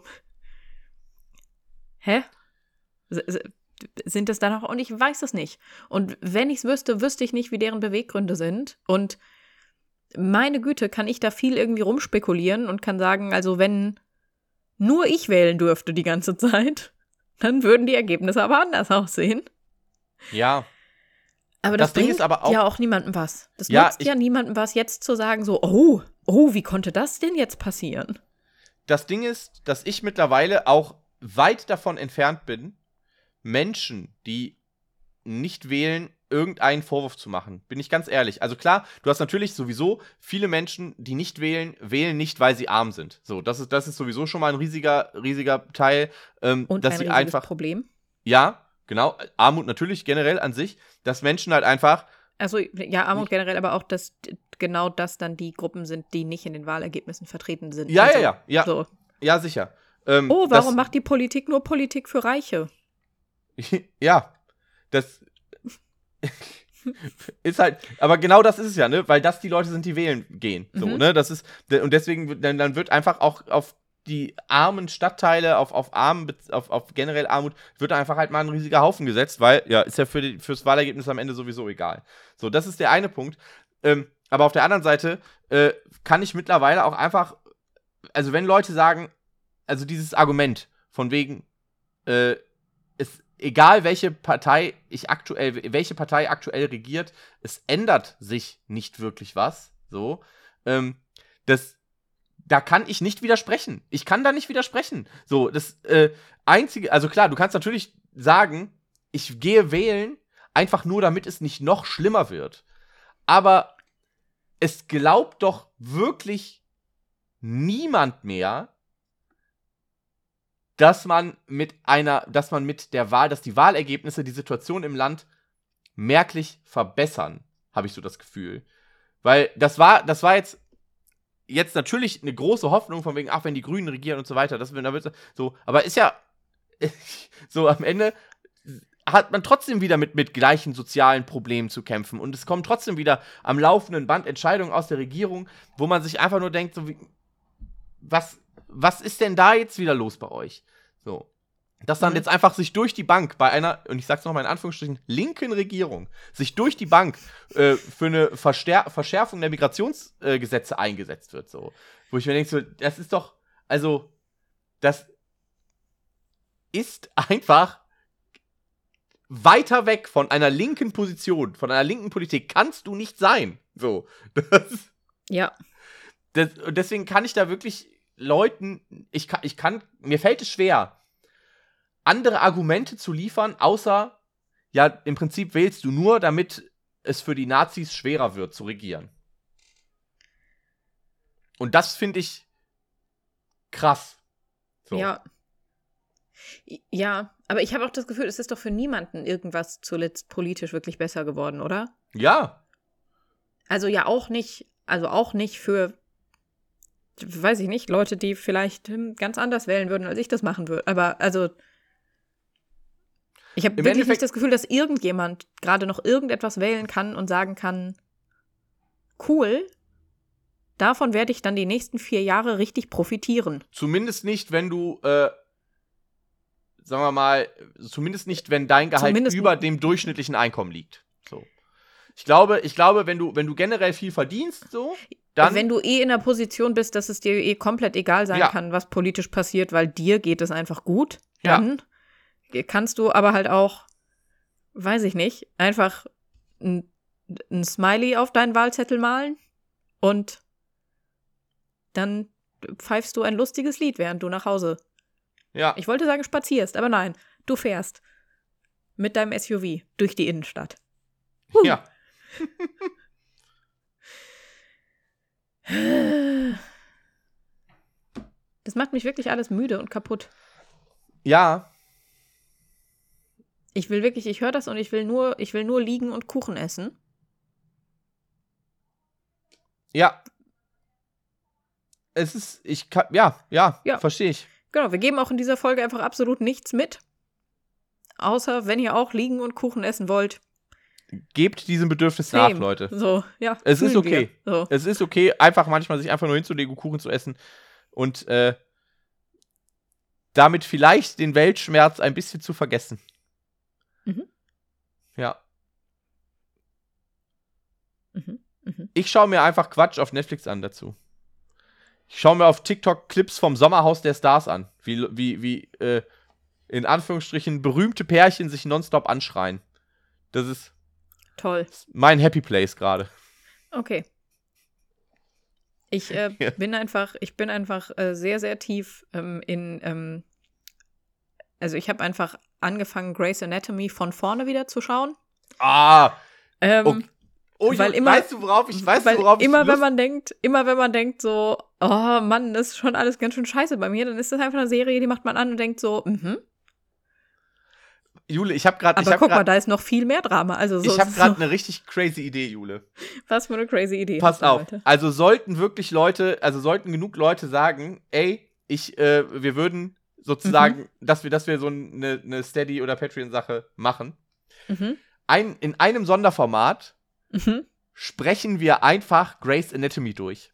hä? Sind es dann auch? Und ich weiß es nicht. Und wenn ich es wüsste, wüsste ich nicht, wie deren Beweggründe sind. Und meine Güte, kann ich da viel irgendwie rumspekulieren und kann sagen, also wenn nur ich wählen dürfte die ganze Zeit, dann würden die Ergebnisse aber anders aussehen. Ja. Aber das, Das Ding bringt ist aber auch- ja auch niemandem was. Das Ja, nutzt ich- ja niemandem was, jetzt zu sagen so, oh, oh, wie konnte das denn jetzt passieren? Das Ding ist, dass ich mittlerweile auch weit davon entfernt bin, Menschen, die nicht wählen, irgendeinen Vorwurf zu machen. Bin ich ganz ehrlich. Also klar, du hast natürlich sowieso viele Menschen, die nicht wählen, wählen nicht, weil sie arm sind. So, das ist, das ist sowieso schon mal ein riesiger, riesiger Teil, ähm, Und dass ein sie riesiges einfach, Problem. ja, genau, Armut natürlich generell an sich, dass Menschen halt einfach, Also ja, Armut generell, aber auch, dass d- genau das dann die Gruppen sind, die nicht in den Wahlergebnissen vertreten sind. ja, also, ja, ja, ja, So. ja, sicher. Ähm, Oh, warum das, macht die Politik nur Politik für Reiche? ja, das ist halt, aber genau das ist es ja, ne, weil das die Leute sind, die wählen gehen, so, Mhm. ne, das ist, und deswegen, wird- dann, dann wird einfach auch auf die armen Stadtteile, auf, auf armen, auf, auf generell Armut, wird da einfach halt mal ein riesiger Haufen gesetzt, weil, ja, ist ja für die, fürs Wahlergebnis am Ende sowieso egal. So, das ist der eine Punkt. Ähm, aber auf der anderen Seite äh, kann ich mittlerweile auch einfach, also wenn Leute sagen, also dieses Argument von wegen, äh, es, egal welche Partei ich aktuell, welche Partei aktuell regiert, es ändert sich nicht wirklich was, so, ähm, das, da kann ich nicht widersprechen. Ich kann da nicht widersprechen. So, das äh, einzige, also klar, du kannst natürlich sagen, ich gehe wählen, einfach nur, damit es nicht noch schlimmer wird. Aber es glaubt doch wirklich niemand mehr, dass man mit einer, dass man mit der Wahl, dass die Wahlergebnisse die Situation im Land merklich verbessern, habe ich so das Gefühl. Weil das war, das war jetzt jetzt natürlich eine große Hoffnung von wegen, ach, wenn die Grünen regieren und so weiter, das wird, da wird so, aber ist ja so am Ende hat man trotzdem wieder mit, mit gleichen sozialen Problemen zu kämpfen und es kommen trotzdem wieder am laufenden Band Entscheidungen aus der Regierung, wo man sich einfach nur denkt, so wie, was, was ist denn da jetzt wieder los bei euch? So. Dass dann Mhm. jetzt einfach sich durch die Bank bei einer, und ich sag's nochmal in Anführungsstrichen, linken Regierung, sich durch die Bank äh, für eine Verstär- Verschärfung der Migrationsgesetze äh, eingesetzt wird, so. Wo ich mir denke, so, das ist doch, also, das ist einfach weiter weg von einer linken Position, von einer linken Politik kannst du nicht sein. So. Das, Ja. das, und deswegen kann ich da wirklich Leuten, ich kann, ich kann, mir fällt es schwer, andere Argumente zu liefern, außer, ja, im Prinzip wählst du nur, damit es für die Nazis schwerer wird, zu regieren. Und das finde ich krass. So. Ja. Ja, aber ich habe auch das Gefühl, es ist doch für niemanden irgendwas zuletzt politisch wirklich besser geworden, oder? Ja. Also ja auch nicht, also auch nicht für, weiß ich nicht, Leute, die vielleicht hm, ganz anders wählen würden, als ich das machen würde. Aber also, ich habe Im wirklich Endeffekt- nicht das Gefühl, dass irgendjemand gerade noch irgendetwas wählen kann und sagen kann, cool, davon werde ich dann die nächsten vier Jahre richtig profitieren. Zumindest nicht, wenn du, äh, sagen wir mal, zumindest nicht, wenn dein Gehalt Zumindest- über dem durchschnittlichen Einkommen liegt. So. Ich glaube, ich glaube, wenn du, wenn du generell viel verdienst, so, dann. Wenn du eh in der Position bist, dass es dir eh komplett egal sein Ja. kann, was politisch passiert, weil dir geht es einfach gut, Ja. dann kannst du aber halt auch, weiß ich nicht, einfach ein, ein Smiley auf deinen Wahlzettel malen und dann pfeifst du ein lustiges Lied, während du nach Hause. ja. Ich wollte sagen spazierst, aber nein, du fährst mit deinem S U V durch die Innenstadt. Ja. Das macht mich wirklich alles müde und kaputt. Ja. Ich will wirklich, ich höre das und ich will nur, ich will nur liegen und Kuchen essen. Ja. Es ist, ich kann, ja, ja, Ja. verstehe ich. Genau, wir geben auch in dieser Folge einfach absolut nichts mit. Außer, wenn ihr auch liegen und Kuchen essen wollt. Gebt diesem Bedürfnis Same. nach, Leute. So, ja. Es ist fühlen okay. wir. So. Es ist okay, einfach manchmal sich einfach nur hinzulegen und Kuchen zu essen und äh, damit vielleicht den Weltschmerz ein bisschen zu vergessen. Mhm. Ja. Mhm. Mhm. Ich schaue mir einfach Quatsch auf Netflix an dazu. Ich schaue mir auf TikTok Clips vom Sommerhaus der Stars an. Wie, wie, wie, äh, in Anführungsstrichen berühmte Pärchen sich nonstop anschreien. Das ist Toll. mein Happy Place gerade. Okay. Ich äh, Ja. bin einfach, ich bin einfach äh, sehr, sehr tief ähm, in, ähm, also ich habe einfach angefangen, Grey's Anatomy von vorne wieder zu schauen. Ah! Ähm, Okay. Oh, weil ich, immer- weißt du, worauf ich, weißt weil du, worauf ich immer, Lust- wenn man denkt, immer wenn man denkt so, oh Mann, das ist schon alles ganz schön scheiße bei mir, dann ist das einfach eine Serie, die macht man an und denkt so, mhm. Jule, ich habe gerade, ich Aber habe guck mal, gerade, da ist noch viel mehr Drama. Also so, ich habe so gerade eine richtig crazy Idee, Jule. was für eine crazy Idee. Passt hast du, auf. Leute. Also sollten wirklich Leute, also sollten genug Leute sagen, ey, ich, äh, wir würden sozusagen, dass wir, dass wir so eine, eine Steady- oder Patreon-Sache machen. Mhm. Ein, in einem Sonderformat Mhm. sprechen wir einfach Grey's Anatomy durch.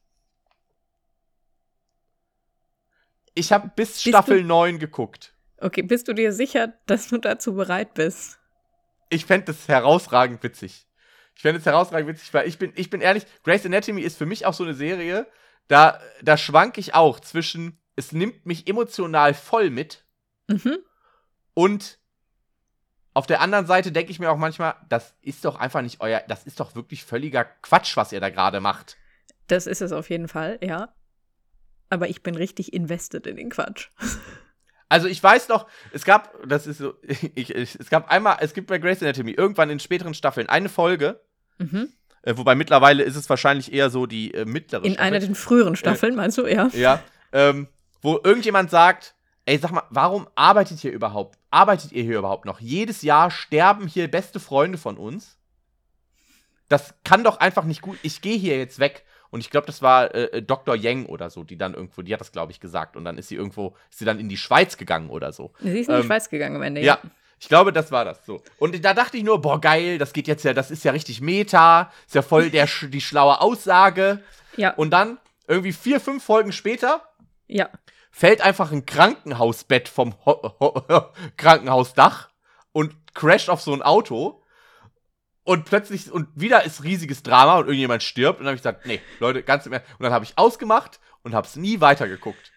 Ich habe bis du- Staffel neun geguckt. Okay, bist du dir sicher, dass du dazu bereit bist? Ich fände das herausragend witzig. Ich fände es herausragend witzig, weil ich bin, ich bin ehrlich, Grey's Anatomy ist für mich auch so eine Serie, da, da schwank ich auch zwischen, es nimmt mich emotional voll mit Mhm. und auf der anderen Seite denke ich mir auch manchmal, das ist doch einfach nicht euer, das ist doch wirklich völliger Quatsch, was ihr da gerade macht. Das ist es auf jeden Fall, ja. Aber ich bin richtig invested in den Quatsch. Also ich weiß noch, es gab, das ist so, ich, ich, es gab einmal, es gibt bei Grey's Anatomy irgendwann in späteren Staffeln eine Folge, Mhm. äh, wobei mittlerweile ist es wahrscheinlich eher so die äh, mittlere In Staffel. einer der früheren Staffeln, meinst du? Ja. Ja, ähm, wo irgendjemand sagt, ey, sag mal, warum arbeitet ihr überhaupt? Arbeitet ihr hier überhaupt noch? Jedes Jahr sterben hier beste Freunde von uns. Das kann doch einfach nicht gut. Ich gehe hier jetzt weg. Und ich glaube, das war äh, Doktor Yang oder so, die dann irgendwo, die hat das, glaube ich, gesagt. Und dann ist sie irgendwo, ist sie dann in die Schweiz gegangen oder so. Sie ist in die Ähm, Schweiz gegangen am Ende, Ja, ich glaube, das war das so. Und da dachte ich nur, boah, geil, das geht jetzt ja, das ist ja richtig Meta, ist ja voll der, sch- die schlaue Aussage. Ja, Und dann, irgendwie vier, fünf Folgen später, ja. fällt einfach ein Krankenhausbett vom Ho Ho Krankenhausdach und crasht auf so ein Auto. Und plötzlich, und wieder ist riesiges Drama und irgendjemand stirbt. Und dann habe ich gesagt, nee, Leute, ganz im Ernst. Und dann habe ich ausgemacht und habe es nie weitergeguckt.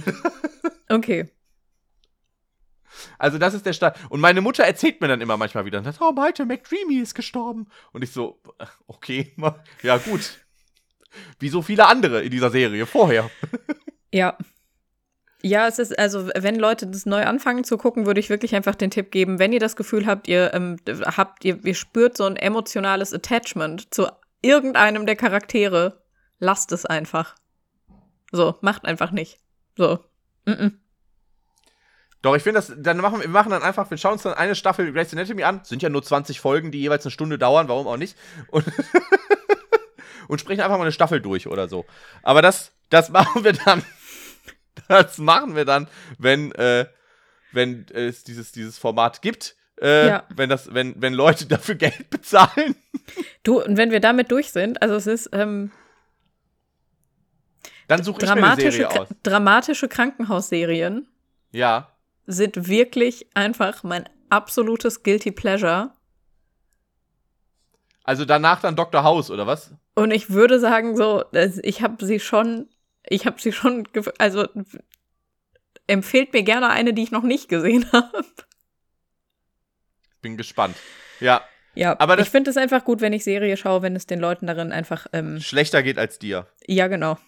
Okay. Also das ist der Start. Und meine Mutter erzählt mir dann immer manchmal wieder, oh, Malte McDreamy ist gestorben. Und ich so, okay, ja gut. Wie so viele andere in dieser Serie vorher. Ja. Ja, es ist, also, wenn Leute das neu anfangen zu gucken, würde ich wirklich einfach den Tipp geben, wenn ihr das Gefühl habt, ihr ähm, habt, ihr, ihr spürt so ein emotionales Attachment zu irgendeinem der Charaktere, lasst es einfach. So, macht einfach nicht. So. Mm-mm. Doch, ich finde das, dann machen wir machen dann einfach, wir schauen uns dann eine Staffel Grey's Anatomy an. Sind ja nur zwanzig Folgen, die jeweils eine Stunde dauern, warum auch nicht? Und, und sprechen einfach mal eine Staffel durch oder so. Aber das, das machen wir dann. Das machen wir dann, wenn, äh, wenn es dieses, dieses Format gibt. Äh, Ja. wenn, das, wenn, wenn Leute dafür Geld bezahlen. Du, und wenn wir damit durch sind, also es ist ähm, Dann suche ich mir eine dramatische, Serie aus. dramatische Krankenhausserien Ja. sind wirklich einfach mein absolutes Guilty Pleasure. Also danach dann Doktor House, oder was? Und ich würde sagen, so, also ich habe sie schon, ich habe sie schon, gef- also empfehlt mir gerne eine, die ich noch nicht gesehen habe. Bin gespannt. Ja. Ja, Aber das- ich finde es einfach gut, wenn ich Serie schaue, wenn es den Leuten darin einfach, ähm, Schlechter geht als dir. ja, genau.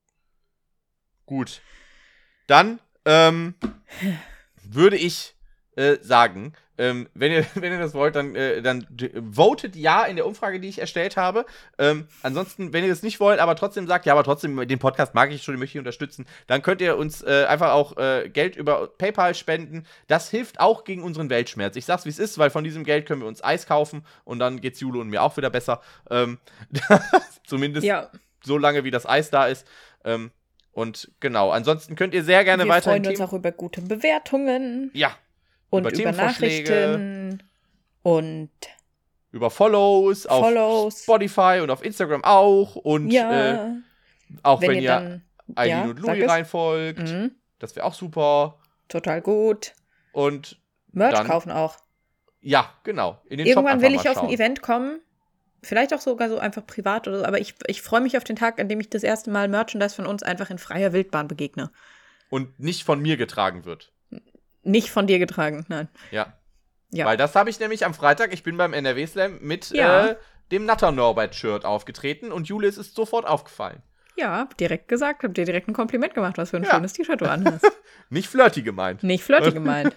Gut. Dann ähm, würde ich äh, sagen. Ähm, wenn, ihr, wenn ihr das wollt, dann, äh, dann d- votet ja in der Umfrage, die ich erstellt habe. Ähm, ansonsten, wenn ihr das nicht wollt, aber trotzdem sagt, ja, aber trotzdem, den Podcast mag ich schon, den möchte ich unterstützen, dann könnt ihr uns äh, einfach auch äh, Geld über PayPal spenden. Das hilft auch gegen unseren Weltschmerz. Ich sag's, wie es ist, weil von diesem Geld können wir uns Eis kaufen und dann geht's Jule und mir auch wieder besser. Ähm, zumindest Ja. so lange, wie das Eis da ist. Ähm, und genau, ansonsten könnt ihr sehr gerne Wir weiterhin freuen uns auch über gute Bewertungen. Ja. Und über über, Themenvorschläge, Nachrichten und über Follows, Follows. auf Spotify und auf Instagram auch. Und ja, äh, auch wenn, wenn ihr dann, Eileen ja, und sag Louis es. reinfolgt. Mhm. Das wäre auch super. Total gut. Und Merch dann, kaufen auch. ja, genau. In den Irgendwann Shop will einfach ich mal auf ein schauen. Event kommen. Vielleicht auch sogar so einfach privat oder so. Aber ich, ich freue mich auf den Tag, an dem ich das erste Mal Merchandise von uns einfach in freier Wildbahn begegne. Und nicht von mir getragen wird. Nicht von dir getragen, nein. Ja. Ja. Weil das habe ich nämlich am Freitag, ich bin beim N R W-Slam mit Ja. äh, dem Natter-Norbert-Shirt aufgetreten und Jule ist es sofort aufgefallen. Ja, direkt gesagt, hab dir direkt ein Kompliment gemacht, was für ein Ja. schönes T-Shirt du anhast. Nicht flirty gemeint. Nicht flirty gemeint.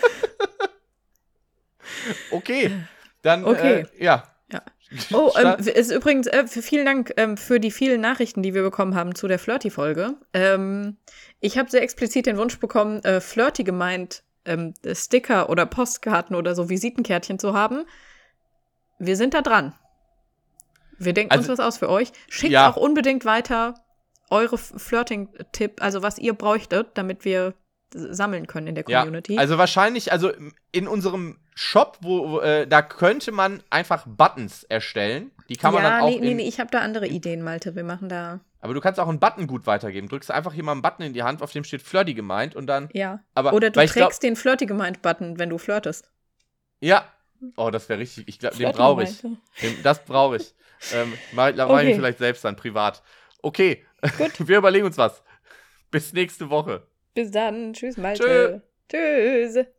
Okay. Dann, Okay. Äh, ja. Ja. Oh, ähm, Start- ist übrigens, äh, für- vielen Dank ähm, für die vielen Nachrichten, die wir bekommen haben zu der Flirty-Folge. Ähm, ich habe sehr explizit den Wunsch bekommen, äh, Flirty gemeint, ähm, Sticker oder Postkarten oder so Visitenkärtchen zu haben. Wir sind da dran. Wir denken Also- uns was aus für euch. Schickt Ja. auch unbedingt weiter eure F- Flirting-Tipp, also was ihr bräuchtet, damit wir s- sammeln können in der Community. Ja, also wahrscheinlich, also in unserem Shop, wo, wo äh, da könnte man einfach Buttons erstellen. Die kann man ja, dann auch nee, nee, in, nee, ich habe da andere Ideen, Malte. Wir machen da, aber du kannst auch einen Button gut weitergeben. Drückst einfach jemandem einen Button in die Hand, auf dem steht Flirty gemeint und dann, ja. aber, Oder du weil ich trägst glaub, den Flirty-gemeint-Button, wenn du flirtest. ja, oh, das wäre richtig, ich glaube, den Flirty brauche ich. gemeint, Den, das brauche ich. ähm, mach, mach Okay. ich vielleicht selbst dann, privat. Okay, Gut. wir überlegen uns was. Bis nächste Woche. Bis dann. Tschüss, Malte. Tschüss.